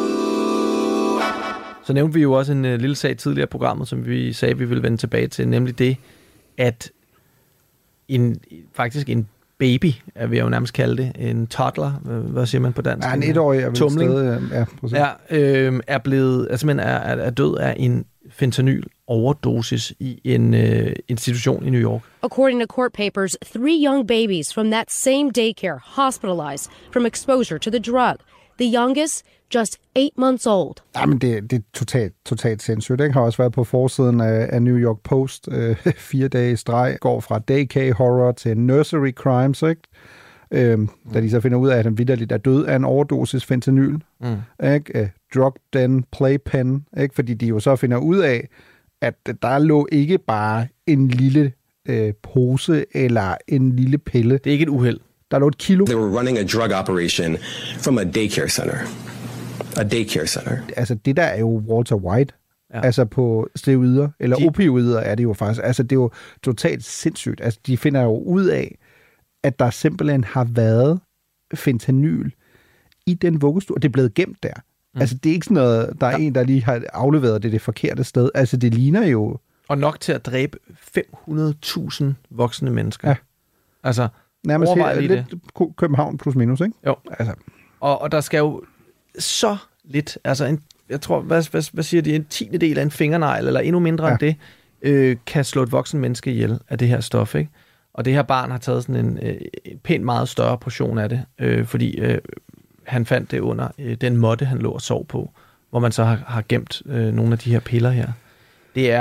Så nævnte vi jo også en lille sag tidligere i programmet, som vi sagde, vi ville vende tilbage til, nemlig det, at faktisk en baby, vil jeg jo nærmest kalde det, en toddler, hvad siger man på dansk? Ja, en 1-årig er vel stadig, er blevet, altså er død af en fentanyl-overdosis i en institution i New York. According to court papers, 3 young babies from that same daycare hospitalized from exposure to the drug. The youngest, just 8 months old. Jamen, det er totalt sindssygt. Det har også været på forsiden af New York Post 4 dage i streg. Går fra daycare horror til nursery crimes, ikke? Da de så finder ud af, at han vitterligt er død af en overdosis fentanyl. Ikke? Drug den playpen. Ikke? Fordi de jo så finder ud af, at der lå ikke bare en lille pose eller en lille pille. Det er ikke et uheld. Der lå et kilo. They were running a drug operation from a daycare center. A daycare center. Altså, det der er jo Walter White. Ja. Altså på steroider, eller opioider er det jo faktisk. Altså, det er jo totalt sindssygt. Altså, de finder jo ud af, at der simpelthen har været fentanyl i den vuggestue, og det er blevet gemt der. Altså, det er ikke sådan noget, der er en, der lige har afleveret det forkerte sted. Altså, det ligner jo... Og nok til at dræbe 500.000 voksne mennesker. Ja. Altså, nærmest lidt København plus minus, ikke? Jo. Altså. Og der skal jo så lidt, altså jeg tror, hvad siger de, en 10. af en fingernegl, eller endnu mindre end det, kan slå et voksen menneske ihjel af det her stof, ikke? Og det her barn har taget sådan en pænt meget større portion af det, fordi han fandt det under den måtte, han lå og sov på, hvor man så har gemt nogle af de her piller her. Det er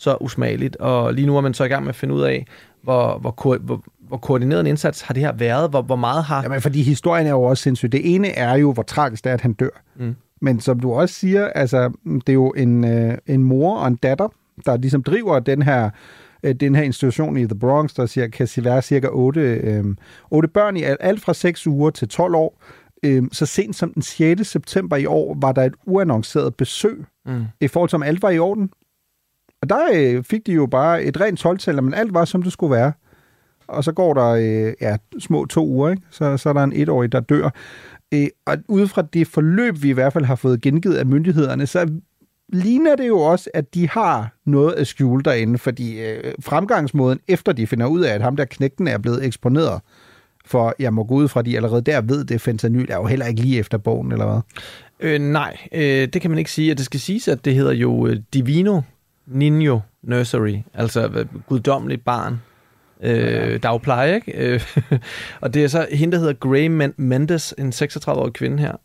så usmageligt. Og lige nu er man så i gang med at finde ud af, hvor koordineret en indsats har det her været? Hvor meget har... Jamen, fordi historien er jo også sindssygt. Det ene er jo, hvor tragisk det er, at han dør. Mm. Men som du også siger, altså, det er jo en mor og en datter, der ligesom driver den her institution i The Bronx, der kan være cirka 8 børn i alt fra 6 uger til 12 år. Så sent som den 6. september i år, var der et uannonceret besøg i forhold til, om alt var i orden. Og der fik de jo bare et rent 12-tal, men alt var, som det skulle være. Og så går der små 2 uger, ikke? Så er der en 1-årig, der dør. Og ud fra det forløb, vi i hvert fald har fået gengivet af myndighederne, så ligner det jo også, at de har noget at skjule derinde, fordi fremgangsmåden, efter de finder ud af, at ham der knægten er blevet eksponeret, for jeg må gå ud fra, at de allerede der ved, det fentanyl er jo heller ikke lige efter bogen, eller hvad? Nej, det kan man ikke sige. Det skal siges, at det hedder jo Divino Niño Nursery, altså guddommeligt barn. Dagpleje, ikke? Og det er så hende, der hedder Gray Mendes, en 36-årig kvinde her,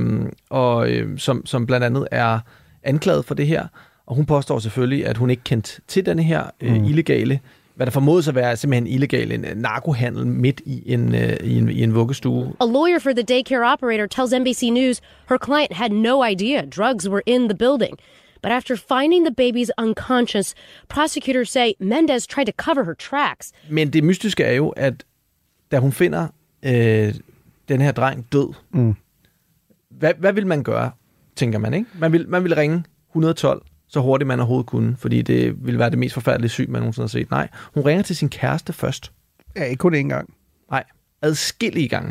som blandt andet er anklaget for det her, og hun påstår selvfølgelig, at hun ikke kendte til denne her illegale, hvad der formodes at være simpelthen illegal narkohandel midt i en vuggestue. A lawyer for the daycare operator tells NBC News her client had no idea drugs were in the building. But after finding the babies unconscious, prosecutors say Mendez tried to cover her tracks. Men det mystiske er jo, at da hun finder den her dreng død, hvad vil man gøre, tænker man, ikke? Man vil ringe 112, så hurtigt man overhovedet kunne, fordi det ville være det mest forfærdelige syg, man nogensinde har set. Nej, hun ringer til sin kæreste først. Ja, ikke kun én gang. Nej, adskillige gange.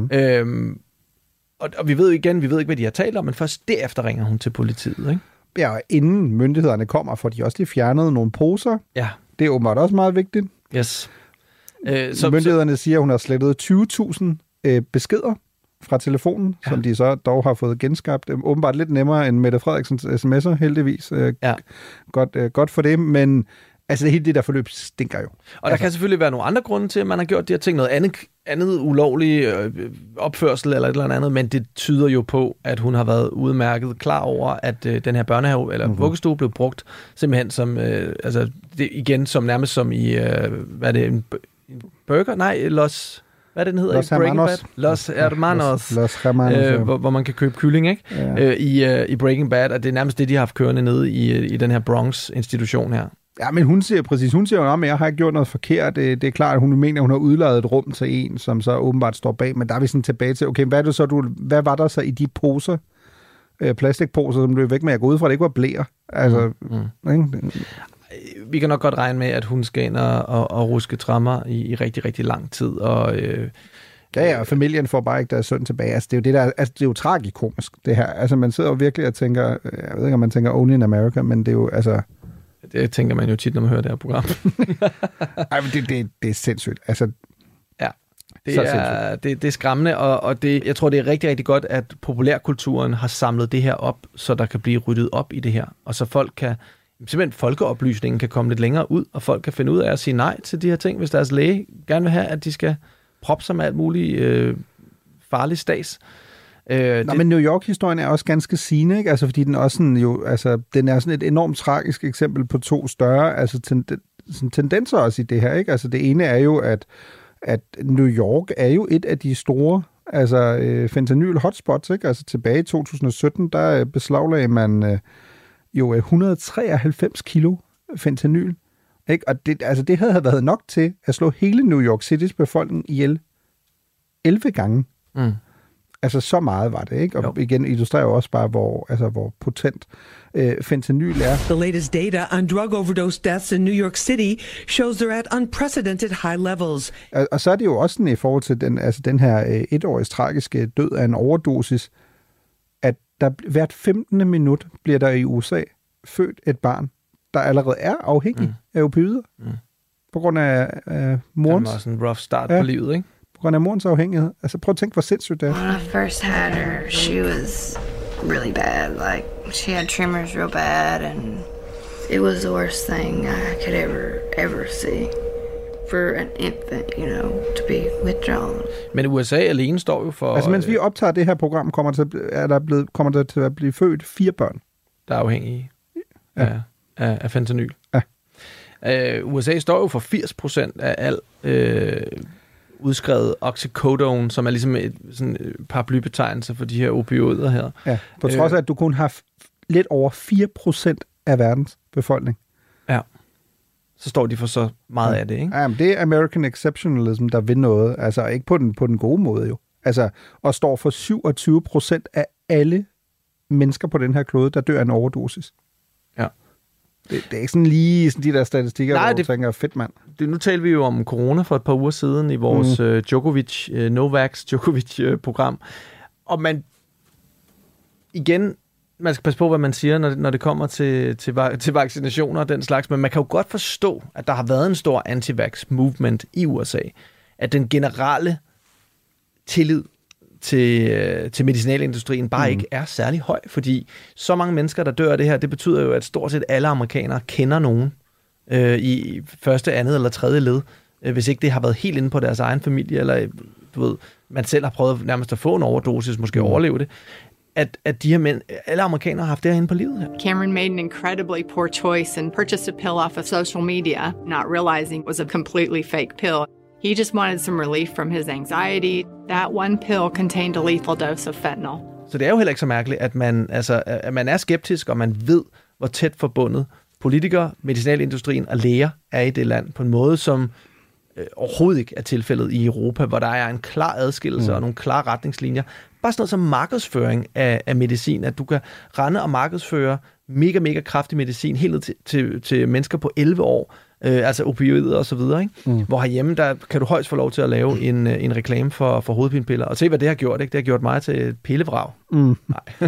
Og vi ved ikke, hvad de har talt om, men først derefter ringer hun til politiet, ikke? Ja, og inden myndighederne kommer, får de også lige fjernet nogle poser. Ja. Det er åbenbart også meget vigtigt. Yes. Myndighederne siger, at hun har slettet 20.000 beskeder fra telefonen, som de så dog har fået genskabt. Åbenbart lidt nemmere end Mette Frederiksens sms'er, heldigvis. Godt for det, men altså hele det der forløb stinker jo. Og der kan selvfølgelig være nogle andre grunde til, at man har gjort de her ting. Noget andet ulovlig opførsel eller et eller andet, men det tyder jo på, at hun har været udmærket klar over, at den her børnehave eller vuggestue blev brugt simpelthen som, igen som nærmest som i, hvad er det, en burger? Nej, hvad er det, den hedder? Los Hermanos. Los Hermanos. Los Hermanos, hvor man kan købe kylling, ikke? Ja. I Breaking Bad, og det er nærmest det, de har haft kørende nede i den her Bronx-institution her. Ja, men hun siger jo, at jeg har ikke gjort noget forkert. Det er klart, at hun mener, at hun har udlejet et rum til en, som så åbenbart står bag. Men der er vi sådan tilbage til, okay, hvad var der så i de poser, plastikposer, som blev væk med at gå ud fra, at det ikke var blæer? Altså, vi kan nok godt regne med, at hun skal ind og ruske trammer i rigtig, rigtig lang tid. Og, og familien får bare ikke deres søn tilbage. Altså, det er jo det der, altså, det er jo tragikomisk, det her. Altså, man sidder jo virkelig og tænker, jeg ved ikke, om man tænker Only in America, men det er jo, altså... Det tænker man jo tit, når man hører det her program. Ej, men det er sindssygt. Altså, ja, det er skræmmende, og jeg tror, det er rigtig, rigtig godt, at populærkulturen har samlet det her op, så der kan blive ryddet op i det her, og så folk kan, simpelthen folkeoplysningen kan komme lidt længere ud, og folk kan finde ud af at sige nej til de her ting, hvis deres læge gerne vil have, at de skal proppe sig med alt muligt farlig stas. Men New York-historien er også ganske sigende, ikke? Altså, fordi den også sådan, den er sådan et enormt tragisk eksempel på 2 større tendenser også i det her, ikke? Altså, det ene er jo, at New York er jo et af de store fentanyl hotspots, ikke? Altså, tilbage i 2017, der beslaglagde man jo 193 kilo fentanyl, ikke? Og det havde været nok til at slå hele New York Citys befolkning ihjel 11 gange. Altså, så meget var det, ikke? Og igen illustrerer jo også bare, hvor potent fentanyl er. The latest data on drug overdose deaths in New York City shows they're at unprecedented high levels. Og så er det jo også sådan i forhold til den her 1-åriges tragiske død af en overdosis, at der hvert 15. minut bliver der i USA født et barn, der allerede er afhængig af opioider. På grund af morens... Det var sådan en rough start på livet, ikke? På grund af morens afhængighed. Altså prøv at tænke, hvor sindssygt det er. When I first had her, she was really bad. Like, she had tremors real bad, and it was the worst thing I could ever see for an infant, to be withdrawn. Men USA alene står jo for... Altså, mens vi optager det her program, kommer der til at blive født 4 børn. Der er afhængige af fentanyl. Ja. USA står jo for 80% af al udskrevet oxycodone, som er ligesom et sådan paraplybetegnelse for de her opioider her. Ja, på trods af, at du kun har lidt over 4% af verdens befolkning. Ja. Så står de for så meget af det, ikke? Ja, men det er American Exceptionalism, der vil noget. Altså ikke på den gode måde jo. Altså, og står for 27% af alle mennesker på den her klode, der dør af en overdosis. Ja. Det er ikke sådan lige sådan de der statistikker, nej, hvor du tænker, fedt mand. Nu talte vi jo om corona for et par uger siden i vores Novax Djokovic-program. Og man skal passe på, hvad man siger, når det kommer til vaccinationer og den slags, men man kan jo godt forstå, at der har været en stor anti-vax-movement i USA. At den generelle tillid til medicinalindustrien bare ikke er særlig høj, fordi så mange mennesker, der dør af det her, det betyder jo, at stort set alle amerikanere kender nogen i første, andet eller tredje led, hvis ikke det har været helt inde på deres egen familie, eller du ved, man selv har prøvet nærmest at få en overdosis, måske overleve det, at de her mænd, alle amerikanere har haft det her inde på livet her. Cameron made an incredibly poor choice and purchased a pill off of social media, not realizing it was a completely fake pill. He just wanted some relief from his anxiety. That one pill contained a lethal dose of fentanyl. Så det er jo heller ikke så mærkeligt, at man er skeptisk, og man ved, hvor tæt forbundet politikere, medicinalindustrien og læger er i det land på en måde, som overhovedet ikke er tilfældet i Europa, hvor der er en klar adskillelse og nogle klare retningslinjer. Bare sådan noget som markedsføring af medicin, at du kan rende og markedsføre mega, mega kraftig medicin helt ned til mennesker på 11 år, altså opioider og så videre, ikke? Hvor herhjemme, der kan du højst få lov til at lave en reklame for hovedpinepiller. Og se, hvad det har gjort, ikke? Det har gjort mig til et pillevrag. Nej.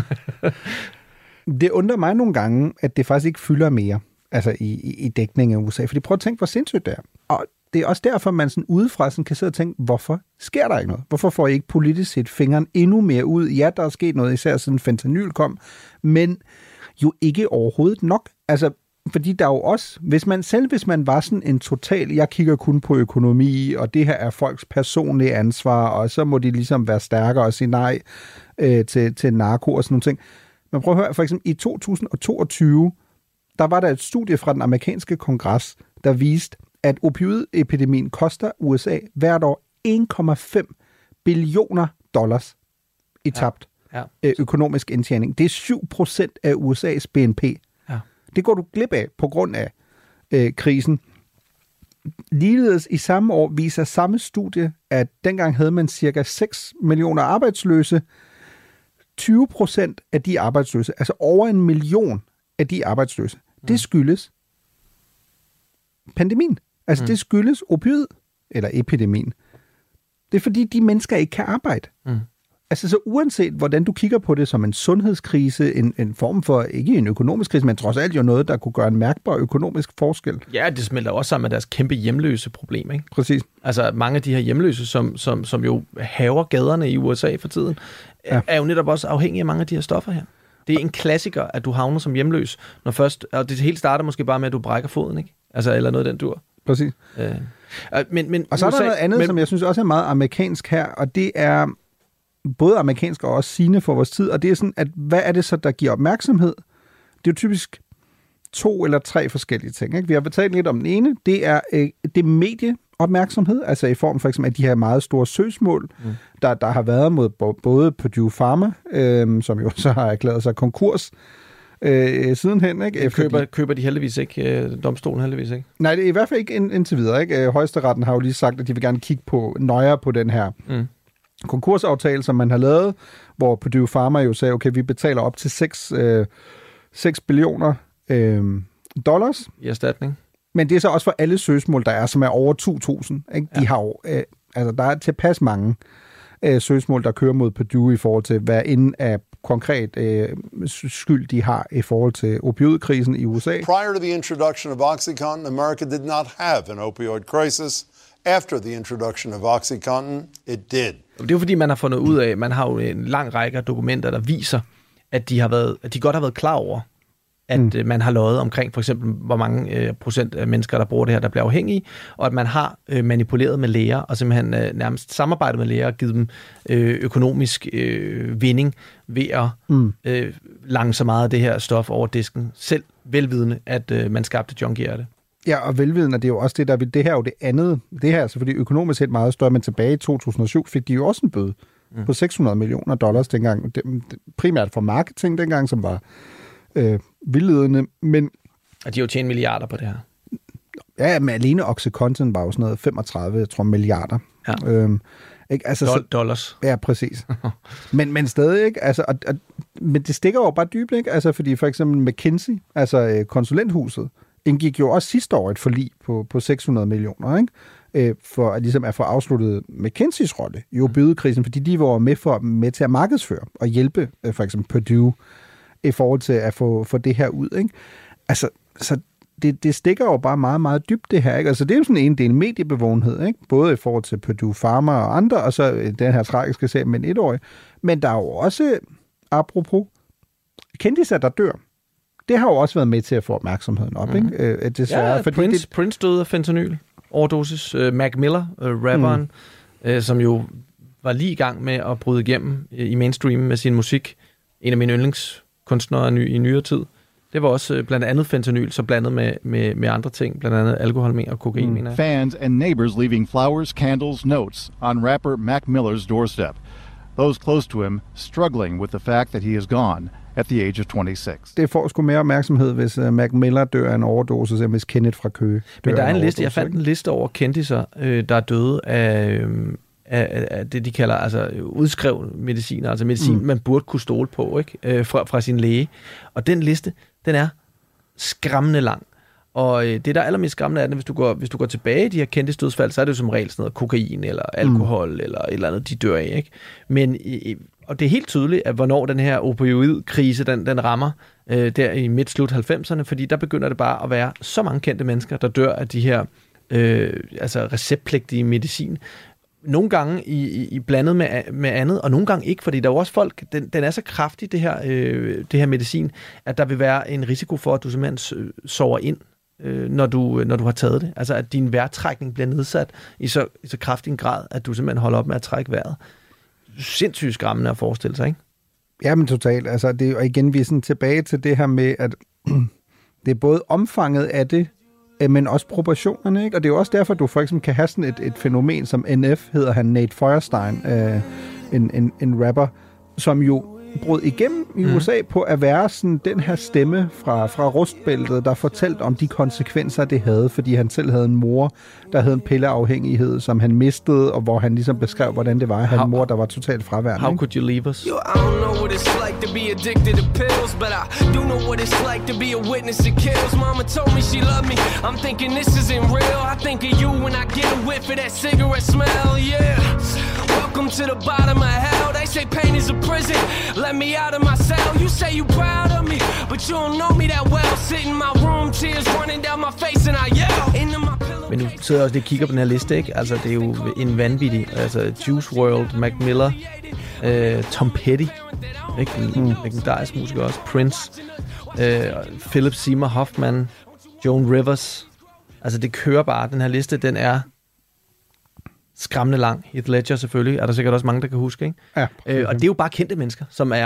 Det undrer mig nogle gange, at det faktisk ikke fylder mere, altså i dækningen af USA. Fordi prøv at tænke, hvor sindssygt det er. Og det er også derfor, man sådan udefra sådan kan sidde og tænke, hvorfor sker der ikke noget? Hvorfor får I ikke politisk set fingeren endnu mere ud? Ja, der er sket noget, især siden fentanyl kom, men jo ikke overhovedet nok. Altså, fordi der er jo også, hvis man var sådan en total, jeg kigger kun på økonomi, og det her er folks personlige ansvar, og så må de ligesom være stærkere og sige nej til narko og sådan nogle ting. Men prøv at høre, for eksempel i 2022, der var der et studie fra den amerikanske kongres, der viste, at opioidepidemien koster USA hvert år $1,5 billioner i tabt økonomisk indtjening. Det er 7% af USA's BNP. Ja. Det går du glip af på grund af krisen. Ligeledes i samme år viser samme studie, at dengang havde man cirka 6 millioner arbejdsløse. 20% af de arbejdsløse, altså over 1 million af de arbejdsløse, det skyldes pandemien. Altså det skyldes opioid, eller epidemien. Det er fordi, de mennesker ikke kan arbejde. Altså så uanset, hvordan du kigger på det som en sundhedskrise, en form for, ikke en økonomisk krise, men trods alt jo noget, der kunne gøre en mærkbar økonomisk forskel. Ja, det smelter også sammen med deres kæmpe hjemløse problem, ikke? Præcis. Altså mange af de her hjemløse, som jo haver gaderne i USA for tiden, er jo netop også afhængige af mange af de her stoffer her. Det er en klassiker, at du havner som hjemløs, når først, og det helt starter måske bare med, at du brækker foden, ikke? Altså, eller noget af den dur. Præcis. Men og så er der noget andet, som jeg synes også er meget amerikansk her, og det er både amerikansk og også sigende for vores tid, og det er sådan, at hvad er det så, der giver opmærksomhed? Det er jo typisk 2 eller 3 forskellige ting. Ikke? Vi har talt lidt om den ene, det er det medieopmærksomhed, altså i form for eksempel af de her meget store søgsmål, der har været mod både Purdue Pharma, som jo så har erklæret sig konkurs, sidenhen, ikke? Køber de heldigvis ikke, domstolen heldigvis ikke? Nej, det er i hvert fald ikke indtil videre, ikke? Højesteretten har jo lige sagt, at de vil gerne kigge nøjere på den her konkursaftale, som man har lavet, hvor Purdue Pharma jo sagde, okay, vi betaler op til 6 billioner dollars. I erstatning. Men det er så også for alle søgsmål, der er, som er over 2.000. Ikke? De har jo, altså der er tilpas mange søgsmål, der kører mod Purdue i forhold til, hvad inden af konkret skyld de har i forhold til opioidkrisen i USA. Prior to the introduction of Oxycontin, America did not have an opioid crisis. After the introduction of Oxycontin, it did. Det er jo fordi, man har fundet ud af, man har jo en lang række af dokumenter, der viser, at de godt har været klar over, at man har løjet omkring for eksempel, hvor mange procent af mennesker, der bruger det her, der bliver afhængige, og at man har manipuleret med læger, og simpelthen nærmest samarbejdet med læger og givet dem økonomisk vinding ved at lange så meget af det her stof over disken, selv velvidende, at man skabte junkier af det. Ja, og velvidende, det er jo også det, der vil det her er jo det andet. Det her er selvfølgelig økonomisk set meget større, men tilbage i 2007 fik de jo også en bøde på $600 million dengang. Primært for marketing dengang, som var vildledende, men... Og de har jo tjent milliarder på det her. Ja, men alene OxyContin var jo sådan noget 35, milliarder. Ja. Ikke? Altså, dollars. Ja, præcis. men stadig, ikke? Altså, men det stikker jo bare dybt, ikke? Altså, fordi for eksempel McKinsey, altså konsulenthuset, indgik jo også sidste år et forlig på $600 millioner, ikke? For at ligesom at få afsluttet McKinseys rolle i opioidkrisen, fordi de var med til at markedsføre og hjælpe for eksempel Purdue i forhold til at få det her ud, ikke? Altså, så det stikker jo bare meget, meget dybt, det her, ikke? Altså, det er jo sådan en del mediebevågenhed, ikke? Både i forhold til Purdue Pharma og andre, og så den her tragiske sag med en 1-årig. Men der er jo også, apropos, kendisser, der dør. Det har jo også været med til at få opmærksomheden op, ikke? Desværre, ja, fordi Prince døde af fentanyl, overdosis. Mac Miller, rapperen, som jo var lige i gang med at bryde igennem i mainstream med sin musik. En af mine yndlingskunstnere i nyere tid. Det var også blandt andet fentanyl, så blandet med andre ting, blandt andet alkohol og kokain, mener jeg. Fans and neighbors leaving flowers, candles, notes on rapper Mac Miller's doorstep. Those close to him struggling with the fact that he is gone at the age of 26. Det får sgu mere opmærksomhed, hvis Mac Miller dør af en overdosis, end hvis Kenneth fra Køge dør. Men der er en liste, jeg fandt en liste over kendiser, der er døde af det, de kalder altså udskrevet mediciner, altså medicin, man burde kunne stole på, ikke? Fra sin læge. Og den liste, den er skræmmende lang. Og det, der er allermest skræmmende er, hvis du går tilbage i de her kendte dødsfald, så er det jo som regel sådan noget kokain eller alkohol eller et eller andet, de dør af, ikke? Men og det er helt tydeligt, at hvornår den her opioidkrise, den rammer der i midt-slut 90'erne, fordi der begynder det bare at være så mange kendte mennesker, der dør af de her altså receptpligtige medicin. Nogle gange i blandet med andet, og nogle gange ikke, fordi der er jo også folk, den er så kraftig, det her medicin, at der vil være en risiko for, at du simpelthen sover ind, når du har taget det. Altså, at din vejrtrækning bliver nedsat i så kraftig en grad, at du simpelthen holder op med at trække vejret. Sindssygt skræmmende at forestille sig, ikke? Ja, men totalt. Altså, og igen, vi er sådan tilbage til det her med, at det er både omfanget af det, men også proportionerne, ikke? Og det er jo også derfor, du for eksempel kan have sådan et fænomen, som NF hedder han, Nate Feuerstein, en rapper, som jo brød igennem i USA på at være sådan den her stemme fra rustbæltet, der fortalte om de konsekvenser, det havde, fordi han selv havde en mor, der havde en pilleafhængighed, som han mistede, og hvor han ligesom beskrev, hvordan det var at have en mor, der var totalt fraværende. How could you leave us? Yo, I don't know what it's like to be addicted to pills, but I do know what it's like to be a witness to kills. Mama told me she loved me. I'm thinking this isn't real. I think of you when I get a whiff of that cigarette smell, yeah. Welcome to the bottom of hell. They say pain is a prison. Let me out of my cell. You say you proud of me, but you don't know me that well. Sit in my room, tears running down my face, and I yell into my pillow. Men nu sidder jeg også lige og kigger på den her liste, ikke? Altså, det er jo en vanvittig. Altså, Juice WRLD, Mac Miller, Tom Petty, ikke? Legendarisk musiker også, Prince, Philip Seymour Hoffman, Joan Rivers. Altså, det kører bare. Den her liste, den er skræmmende lang. Heath Ledger selvfølgelig, er der sikkert også mange, der kan huske, ikke? Ja, og det er jo bare kendte mennesker, som er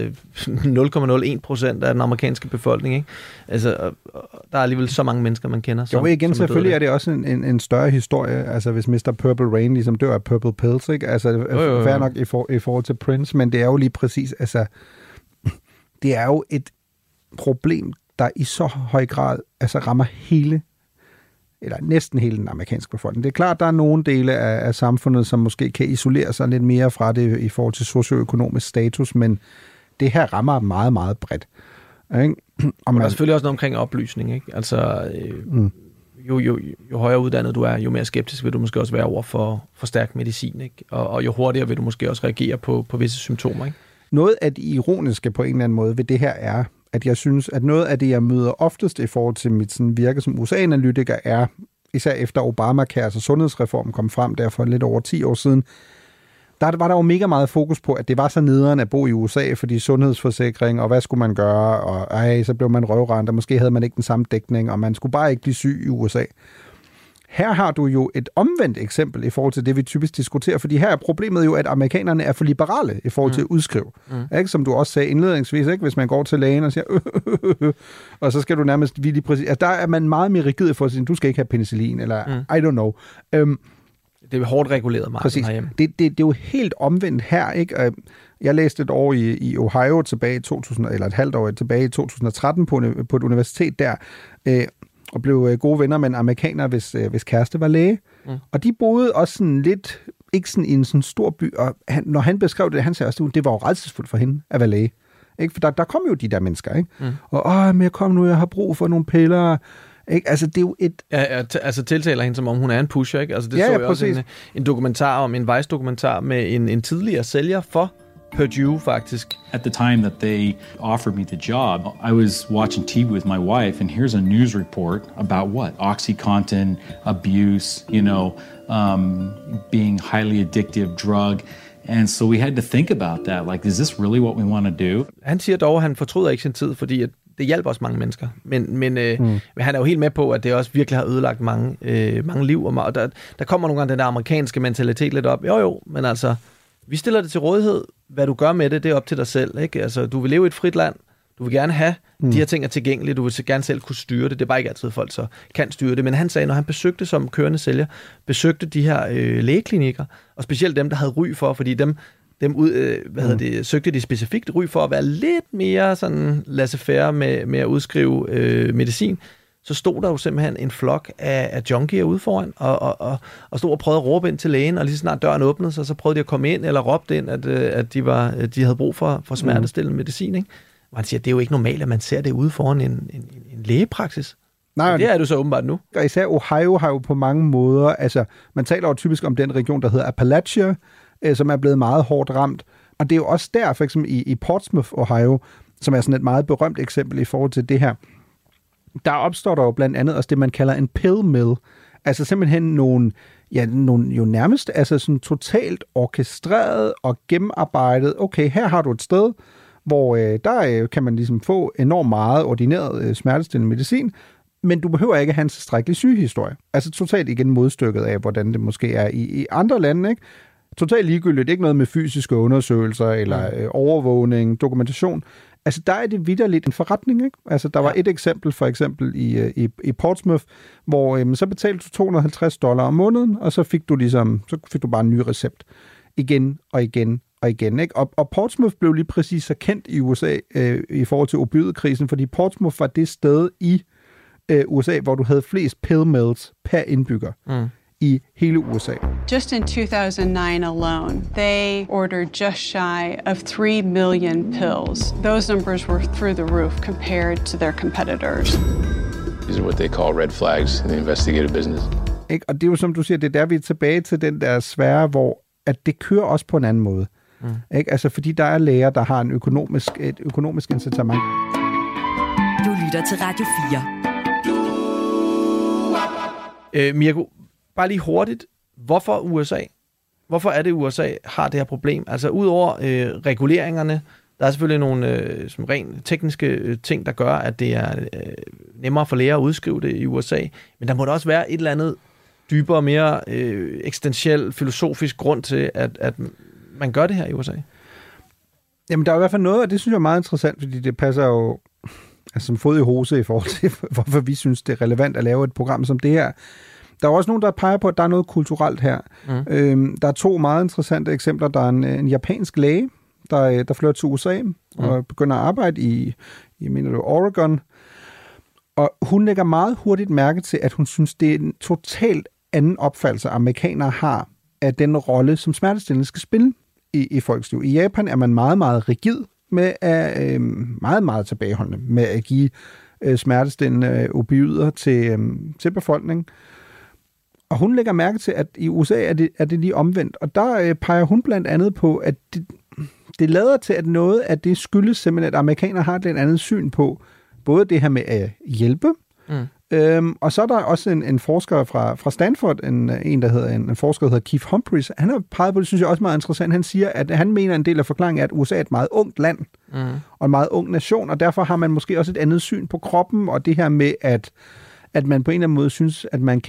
0,01% af den amerikanske befolkning, ikke? Altså, der er alligevel så mange mennesker, man kender. Jo, igen, selvfølgelig er det også en større historie, altså hvis Mr. Purple Rain ligesom dør af Purple Pills, ikke? Altså, fair nok i forhold til Prince, men det er jo lige præcis, altså, det er jo et problem, der i så høj grad altså rammer eller næsten hele den amerikanske befolkning. Det er klart, der er nogle dele af samfundet, som måske kan isolere sig lidt mere fra det i forhold til socioøkonomisk status, men det her rammer meget, meget bredt. Ikke? Og der er selvfølgelig også noget omkring oplysning, ikke? Altså, jo højere uddannet du er, jo mere skeptisk vil du måske også være over for stærk medicin, ikke? Og jo hurtigere vil du måske også reagere på visse symptomer, ikke? Noget af det ironiske på en eller anden måde ved det her er, at jeg synes, at noget af det, jeg møder oftest i forhold til mit sådan virke som USA-analytiker, er, især efter Obamacare, altså sundhedsreformen kom frem der for lidt over 10 år siden, der var der jo mega meget fokus på, at det var så nederen at bo i USA, fordi sundhedsforsikring, og hvad skulle man gøre, og så blev man røvrendt, og måske havde man ikke den samme dækning, og man skulle bare ikke blive syg i USA. Her har du jo et omvendt eksempel i forhold til det, vi typisk diskuterer, fordi her er problemet jo, at amerikanerne er for liberale i forhold til at udskrive. Ikke? Som du også sagde indledningsvis, ikke? Hvis man går til lægen og siger, og så skal du nærmest lige præcis... Altså, der er man meget mere rigid for at sige, du skal ikke have penicillin, eller I don't know. Det er hårdt reguleret meget herhjemme. Det er jo helt omvendt her, ikke? Jeg læste et år i Ohio tilbage i 2000, eller et halvt år tilbage i 2013 på et universitet der, og blev gode venner med en amerikaner, hvis kæreste var læge. Og de boede også sådan lidt, ikke sådan i en sådan stor by, og når han beskrev det, han sagde også, det var jo rædselsfuldt for hende at være læge. Ikke? For der kom jo de der mennesker, ikke? Og men jeg kom nu, jeg har brug for nogle piller. Ikke? Altså, det er jo et... altså tiltaler hende, som om hun er en pusher, ikke? Altså, det så jeg også en dokumentar om, en Vice-dokumentar med en tidligere sælger for Purdue, faktisk. At the time that they offered me the job, I was watching TV with my wife, and here's a news report about what? OxyContin, abuse, being highly addictive drug. And so we had to think about that. Like, is this really what we want to do? Han siger dog, at han fortryder ikke sin tid, fordi at det hjælper også mange mennesker. Men han er jo helt med på, at det også virkelig har ødelagt mange liv. Og der kommer nogle gange den der amerikanske mentalitet lidt op. Jo, men altså, vi stiller det til rådighed. Hvad du gør med det, det er op til dig selv. Ikke? Altså, du vil leve i et frit land. Du vil gerne have de her ting er tilgængelige. Du vil gerne selv kunne styre det. Det er bare ikke altid folk så kan styre det. Men han sagde, når han besøgte som kørende sælger, besøgte de her lægeklinikker, og specielt dem, der havde ry for, fordi dem søgte de specifikt ry for at være lidt mere sådan laissez-faire med at udskrive medicin. Så stod der jo simpelthen en flok af junkier ude foran, og stod og prøvede at råbe ind til lægen, og lige så snart døren åbnede sig, så prøvede de at komme ind, eller råbte ind, at de havde brug for smertestillende medicin, ikke? Og han siger, at det er jo ikke normalt, at man ser det ude foran en lægepraksis. Nej, det er du så åbenbart nu. Og især Ohio har jo på mange måder, altså man taler jo typisk om den region, der hedder Appalachia, som er blevet meget hårdt ramt. Og det er jo også der, for eksempel i Portsmouth, Ohio, som er sådan et meget berømt eksempel i forhold til det her. Der opstår der jo blandt andet også det, man kalder en pill mill. Altså simpelthen nogle jo nærmest altså sådan totalt orkestreret og gennemarbejdet. Okay, her har du et sted, hvor der kan man ligesom få enormt meget ordineret smertestillende medicin, men du behøver ikke have en tilstrækkelig sygehistorie. Altså totalt igen modstykket af, hvordan det måske er i andre lande, ikke? Totalt ligegyldigt, ikke noget med fysiske undersøgelser eller overvågning, dokumentation. Altså der er det vitterligt en forretning, ikke? Altså der var et eksempel, for eksempel i Portsmouth, hvor så betalte du $250 om måneden, og så fik du bare en ny recept igen og igen og igen, ikke? Og Portsmouth blev lige præcis så kendt i USA i forhold til opioidkrisen, fordi Portsmouth var det sted i USA, hvor du havde flest pill mills per indbygger i hele USA. Just in 2009 alone, they ordered just shy of 3 million pills. Those numbers were through the roof compared to their competitors. These are what they call red flags in the investigative business. Ikke? Og det er jo som du siger, det er der vi er tilbage til den der sfære, hvor at det kører også på en anden måde. Ikke? Altså fordi der er læger, der har et økonomisk incitament. Du lytter til Radio 4. Mirko, bare lige hurtigt. Hvorfor er det, USA har det her problem? Altså udover reguleringerne, der er selvfølgelig nogle som rent tekniske ting, der gør, at det er nemmere for læger at udskrive det i USA. Men der må da også være et eller andet dybere, mere eksistentiel, filosofisk grund til, at man gør det her i USA. Jamen, der er i hvert fald noget, og det synes jeg er meget interessant, fordi det passer jo som fod i hose i forhold til, hvorfor vi synes, det er relevant at lave et program som det her. Der er også nogen, der peger på, at der er noget kulturelt her. Der er 2 meget interessante eksempler. Der er en japansk læge, der flytter til USA og begynder at arbejde i Oregon. Og hun lægger meget hurtigt mærke til, at hun synes, det er en totalt anden opfattelse, amerikanere har af den rolle, som smertestillende skal spille i folks liv. I Japan er man meget, meget rigid med meget, meget tilbageholdende med at give smertestillende opioider til befolkningen. Og hun lægger mærke til, at i USA er det lige omvendt. Og der peger hun blandt andet på, at det lader til, at noget af det skyldes simpelthen, at amerikanere har et lidt andet syn på både det her med at hjælpe, og så er der også en forsker fra Stanford, en forsker, der hedder Keith Humphreys. Han har peget på det, synes jeg også meget interessant. Han siger, at han mener, en del af forklaringen er, at USA er et meget ungt land, og en meget ung nation, og derfor har man måske også et andet syn på kroppen, og det her med, at man på en eller anden måde synes, at man kan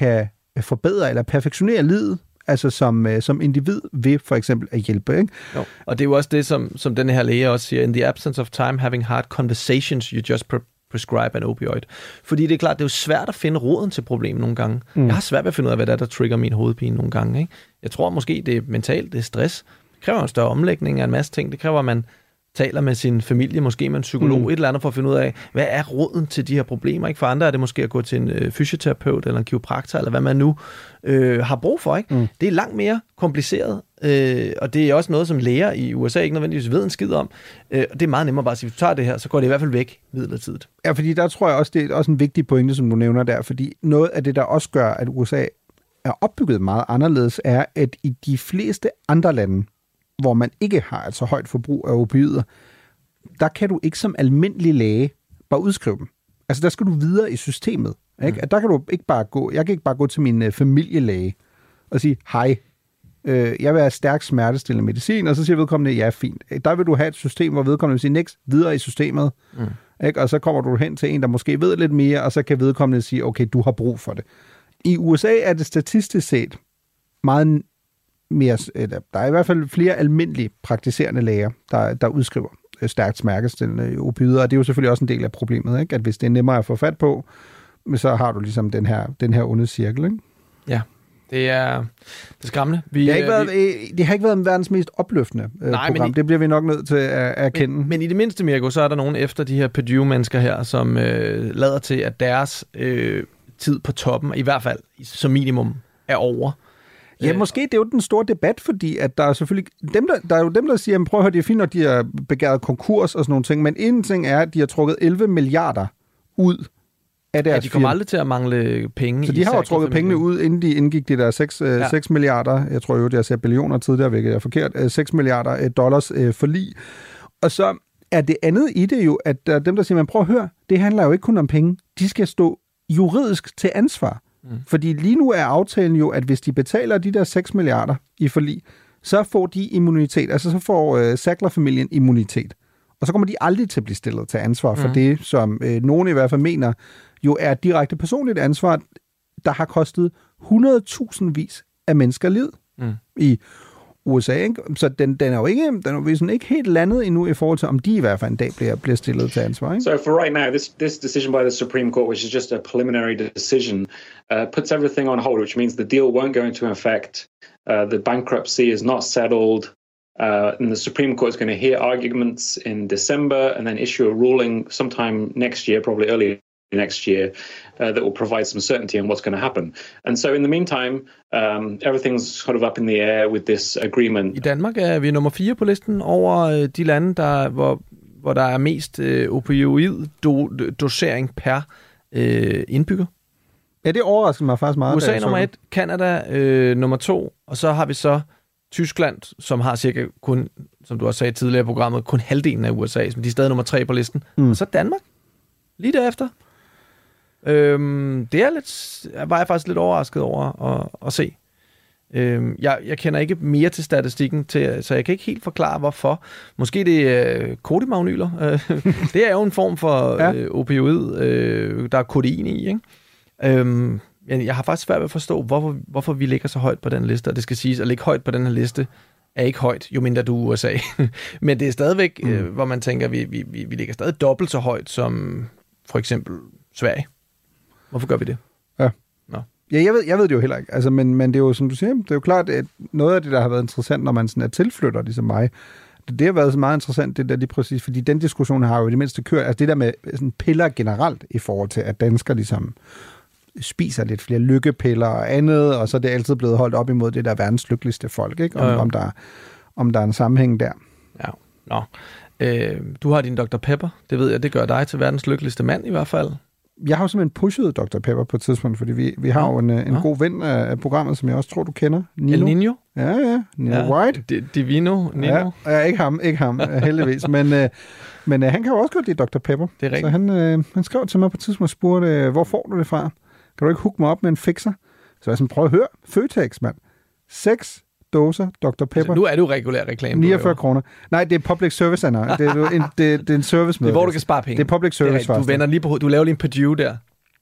forbedre eller perfektionere livet, altså som individ ved for eksempel at hjælpe, ikke? Jo. Og det er jo også det, som den her læge også siger, in the absence of time, having hard conversations, you just prescribe an opioid. Fordi det er klart, det er jo svært at finde roden til problemet nogle gange. Jeg har svært ved at finde ud af, hvad der trigger min hovedpine nogle gange, ikke? Jeg tror måske, det er mentalt, det er stress. Det kræver en større omlægning af en masse ting. Det kræver, at man taler med sin familie, måske med en psykolog, et eller andet, for at finde ud af, hvad er roden til de her problemer. Ikke? For andre er det måske at gå til en fysioterapeut eller en kiropraktor, eller hvad man nu har brug for. Ikke? Det er langt mere kompliceret, og det er også noget, som læger i USA ikke nødvendigvis ved en skid om. Det er meget nemmere bare at sige, hvis du tager det her, så går det i hvert fald væk midlertidigt. Ja, fordi der tror jeg også, det er også en vigtig pointe, som du nævner der, fordi noget af det, der også gør, at USA er opbygget meget anderledes, er, at i de fleste andre lande, hvor man ikke har et så højt forbrug af opioider, der kan du ikke som almindelig læge bare udskrive dem. Altså, der skal du videre i systemet. Ikke? Der kan du ikke bare gå. Jeg kan ikke bare gå til min familielæge og sige, hej, jeg vil have stærk smertestillende medicin, og så siger vedkommende, ja, fint. Der vil du have et system, hvor vedkommende vil sige, next, videre i systemet. Ikke? Og så kommer du hen til en, der måske ved lidt mere, og så kan vedkommende sige, okay, du har brug for det. I USA er det statistisk set meget mere, der er i hvert fald flere almindelige praktiserende læger, der udskriver stærkt smertestillende opioider, og det er jo selvfølgelig også en del af problemet, ikke? At hvis det er nemmere at få fat på, så har du ligesom den her onde cirkel, ikke? Ja, det er skræmmende. Det har ikke været verdens mest opløftende program. Det bliver vi nok nødt til at erkende. Men i det mindste, Mirko, så er der nogen efter de her Purdue-mennesker her, som lader til, at deres tid på toppen, i hvert fald som minimum, er over. Ja, måske det er jo den store debat, fordi at der er selvfølgelig der er jo dem, der siger, prøv at høre, det er fint, når de har begæret konkurs og sådan nogle ting, men en ting er, at de har trukket 11 milliarder ud af deres de kommer aldrig til at mangle penge. Så de har jo trukket pengene ud, inden de indgik de der 6 milliarder, jeg tror jo, det er sagt billioner tidligere, hvilket er forkert, 6 milliarder dollars forlig. Og så er det andet i det jo, at der er dem, der siger, men prøv at høre, det handler jo ikke kun om penge, de skal stå juridisk til ansvar. Fordi lige nu er aftalen jo, at hvis de betaler de der 6 milliarder i forlig, så får de immunitet. Altså så får Sackler-familien immunitet. Og så kommer de aldrig til at blive stillet til ansvar for det, som nogen i hvert fald mener, jo er direkte personligt ansvar, der har kostet 100.000 vis af mennesker liv i USA, ikke? Så den er jo ikke helt landet endnu i forhold til, om de i hvert fald en dag bliver stillet til ansvar, ikke? So for right now, this decision by the Supreme Court, which is just a preliminary decision, puts everything on hold, which means the deal won't go into effect. The bankruptcy is not settled. And the Supreme Court is going to hear arguments in December and then issue a ruling sometime next year, probably early next year, that will provide some certainty on what's going to happen. And so in the meantime, everything's sort of up in the air with this agreement. I Danmark er vi nummer 4 på listen over de lande, hvor der er mest opioid-dosering per indbygger. Ja, det overrasker mig faktisk meget. USA nummer 1, Canada nummer 2, og så har vi så Tyskland, som har cirka kun, som du også sagde tidligere i programmet, kun halvdelen af USA, men de er stadig nummer 3 på listen. Og så Danmark, lige derefter. Det var jeg faktisk lidt overrasket over at se. Jeg kender ikke mere til statistikken, så jeg kan ikke helt forklare, hvorfor. Måske det er kodimagnyler. Det er jo en form for opioid, der er kodein i, ikke? Jeg har faktisk svært ved at forstå, hvorfor vi ligger så højt på den liste, og det skal siges, at ligge højt på den her liste er ikke højt, jo mindre du er USA. Men det er stadigvæk, hvor man tænker, vi ligger stadig dobbelt så højt som for eksempel Sverige. Hvorfor gør vi det? Ja. Ja, jeg ved det jo heller ikke. Altså, men det er jo, som du siger, det er jo klart, at noget af det, der har været interessant, når man sådan er tilflytter, ligesom mig, det har været så meget interessant, det der lige præcis, fordi den diskussion har jo i det mindste kørt, altså det der med sådan piller generelt, i forhold til, at danskere ligesom spiser lidt flere lykkepiller og andet, og så er det altid blevet holdt op imod det der verdens lykkeligste folk, ikke? Om der er en sammenhæng der. Ja, nå. Du har din Dr. Pepper, det ved jeg, det gør dig til verdens lykkeligste mand i hvert fald. Jeg har jo simpelthen pushet Dr. Pepper på et tidspunkt, fordi vi har jo en god ven af programmet, som jeg også tror, du kender. Nino. El Nino? Ja, Nino White. Divino Nino. Ja, ikke ham, heldigvis. Men han kan jo også godt lide Dr. Pepper. Det er rigtigt. Så han skrev til mig på et tidspunkt og spurgte, hvor får du det fra? Kan du ikke hooke mig op med en fixer? Så jeg sådan, prøv at høre. Føtex, mand. 6 dåser Dr. Pepper. Altså, nu er det jo regulær reklame. 49 kroner. Nej, det er public service, Anna. Det er en service med. Det er, hvor du kan spare penge. Det er public service. Du laver lige en Purdue der.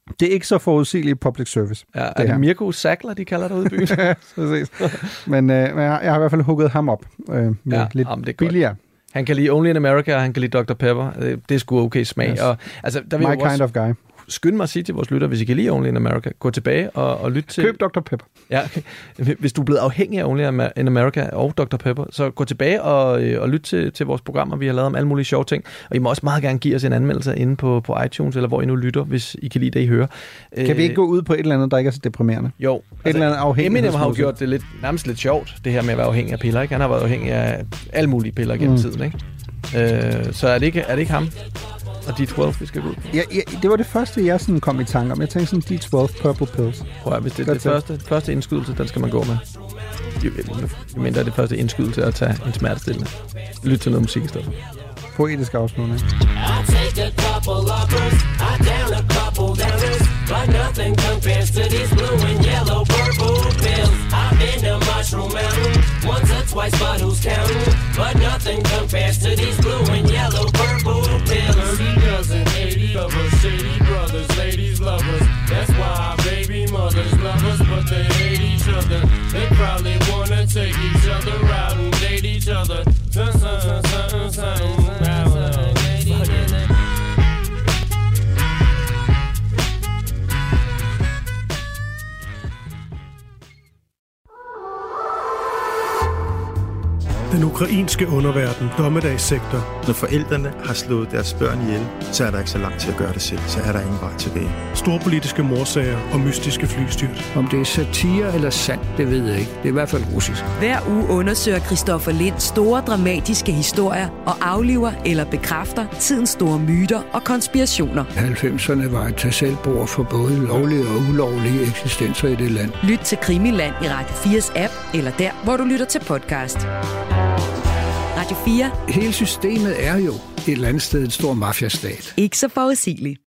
Det er ikke så forudsigeligt public service. Ja, er det Mirko Sackler, de kalder det ude i byen? Præcis. Men jeg har i hvert fald hugget ham op med lidt billigere. Han kan lide Only in America, og han kan lide Dr. Pepper. Det er sgu okay smag. Yes. Og, altså, der vil My kind of guy. Skynd mig at sige til vores lytter, hvis I kan lide Only in America, gå tilbage og lyt til... Køb Dr. Pepper. Ja, hvis du er blevet afhængig af Only in America og Dr. Pepper, så gå tilbage og lyt til vores programmer, vi har lavet om alle mulige sjove ting. Og I må også meget gerne give os en anmeldelse inde på iTunes, eller hvor I nu lytter, hvis I kan lide det, I hører. Kan vi ikke gå ud på et eller andet, der ikke er så deprimerende? Jo. Et eller andet afhængighed. Eminem har jo gjort det nærmest lidt sjovt, det her med at være afhængig af piller. Ikke? Han har været afhængig af alle mulige piller gennem tiden. Ikke? Så er det ikke ham? Og D12, vi skal gå ud på. Ja, det var det første, jeg sådan kom i tanke om. Jeg tænkte sådan D12 Purple Pills. Prøv at, hvis det er det første indskydelse, den skal man gå med. Jeg mener, det første indskydelse at tage en smertestillende. Lyt til noget musik i stedet. Poetisk afslutning. But nothing compares to these blue and yellow purple pills. I've been to Mushroom Mountain once or twice, but who's counting? But nothing compares to these blue and yellow purple pills. 30 dozen, 80 of us, shady brothers, ladies lovers. That's why our baby mothers love us, but they hate each other. They probably wanna take each other out and date each other. Den ukrainske underverden, dommedagssektor. Når forældrene har slået deres børn ihjel, så er der ikke så langt til at gøre det selv. Så er der ingen vej tilbage. Storpolitiske morsager og mystiske flystyrt. Om det er satire eller sandt, det ved jeg ikke. Det er i hvert fald russisk. Hver uge undersøger Christoffer Lind store dramatiske historier og afliver eller bekræfter tidens store myter og konspirationer. 90'erne var et tag selvbord for både lovlige og ulovlige eksistenser i det land. Lyt til Krimiland i Radio 4's app, eller der, hvor du lytter til podcast. Radio 4. Hele systemet er jo et eller andet sted en stor mafiastat. Ikke så forudsigeligt.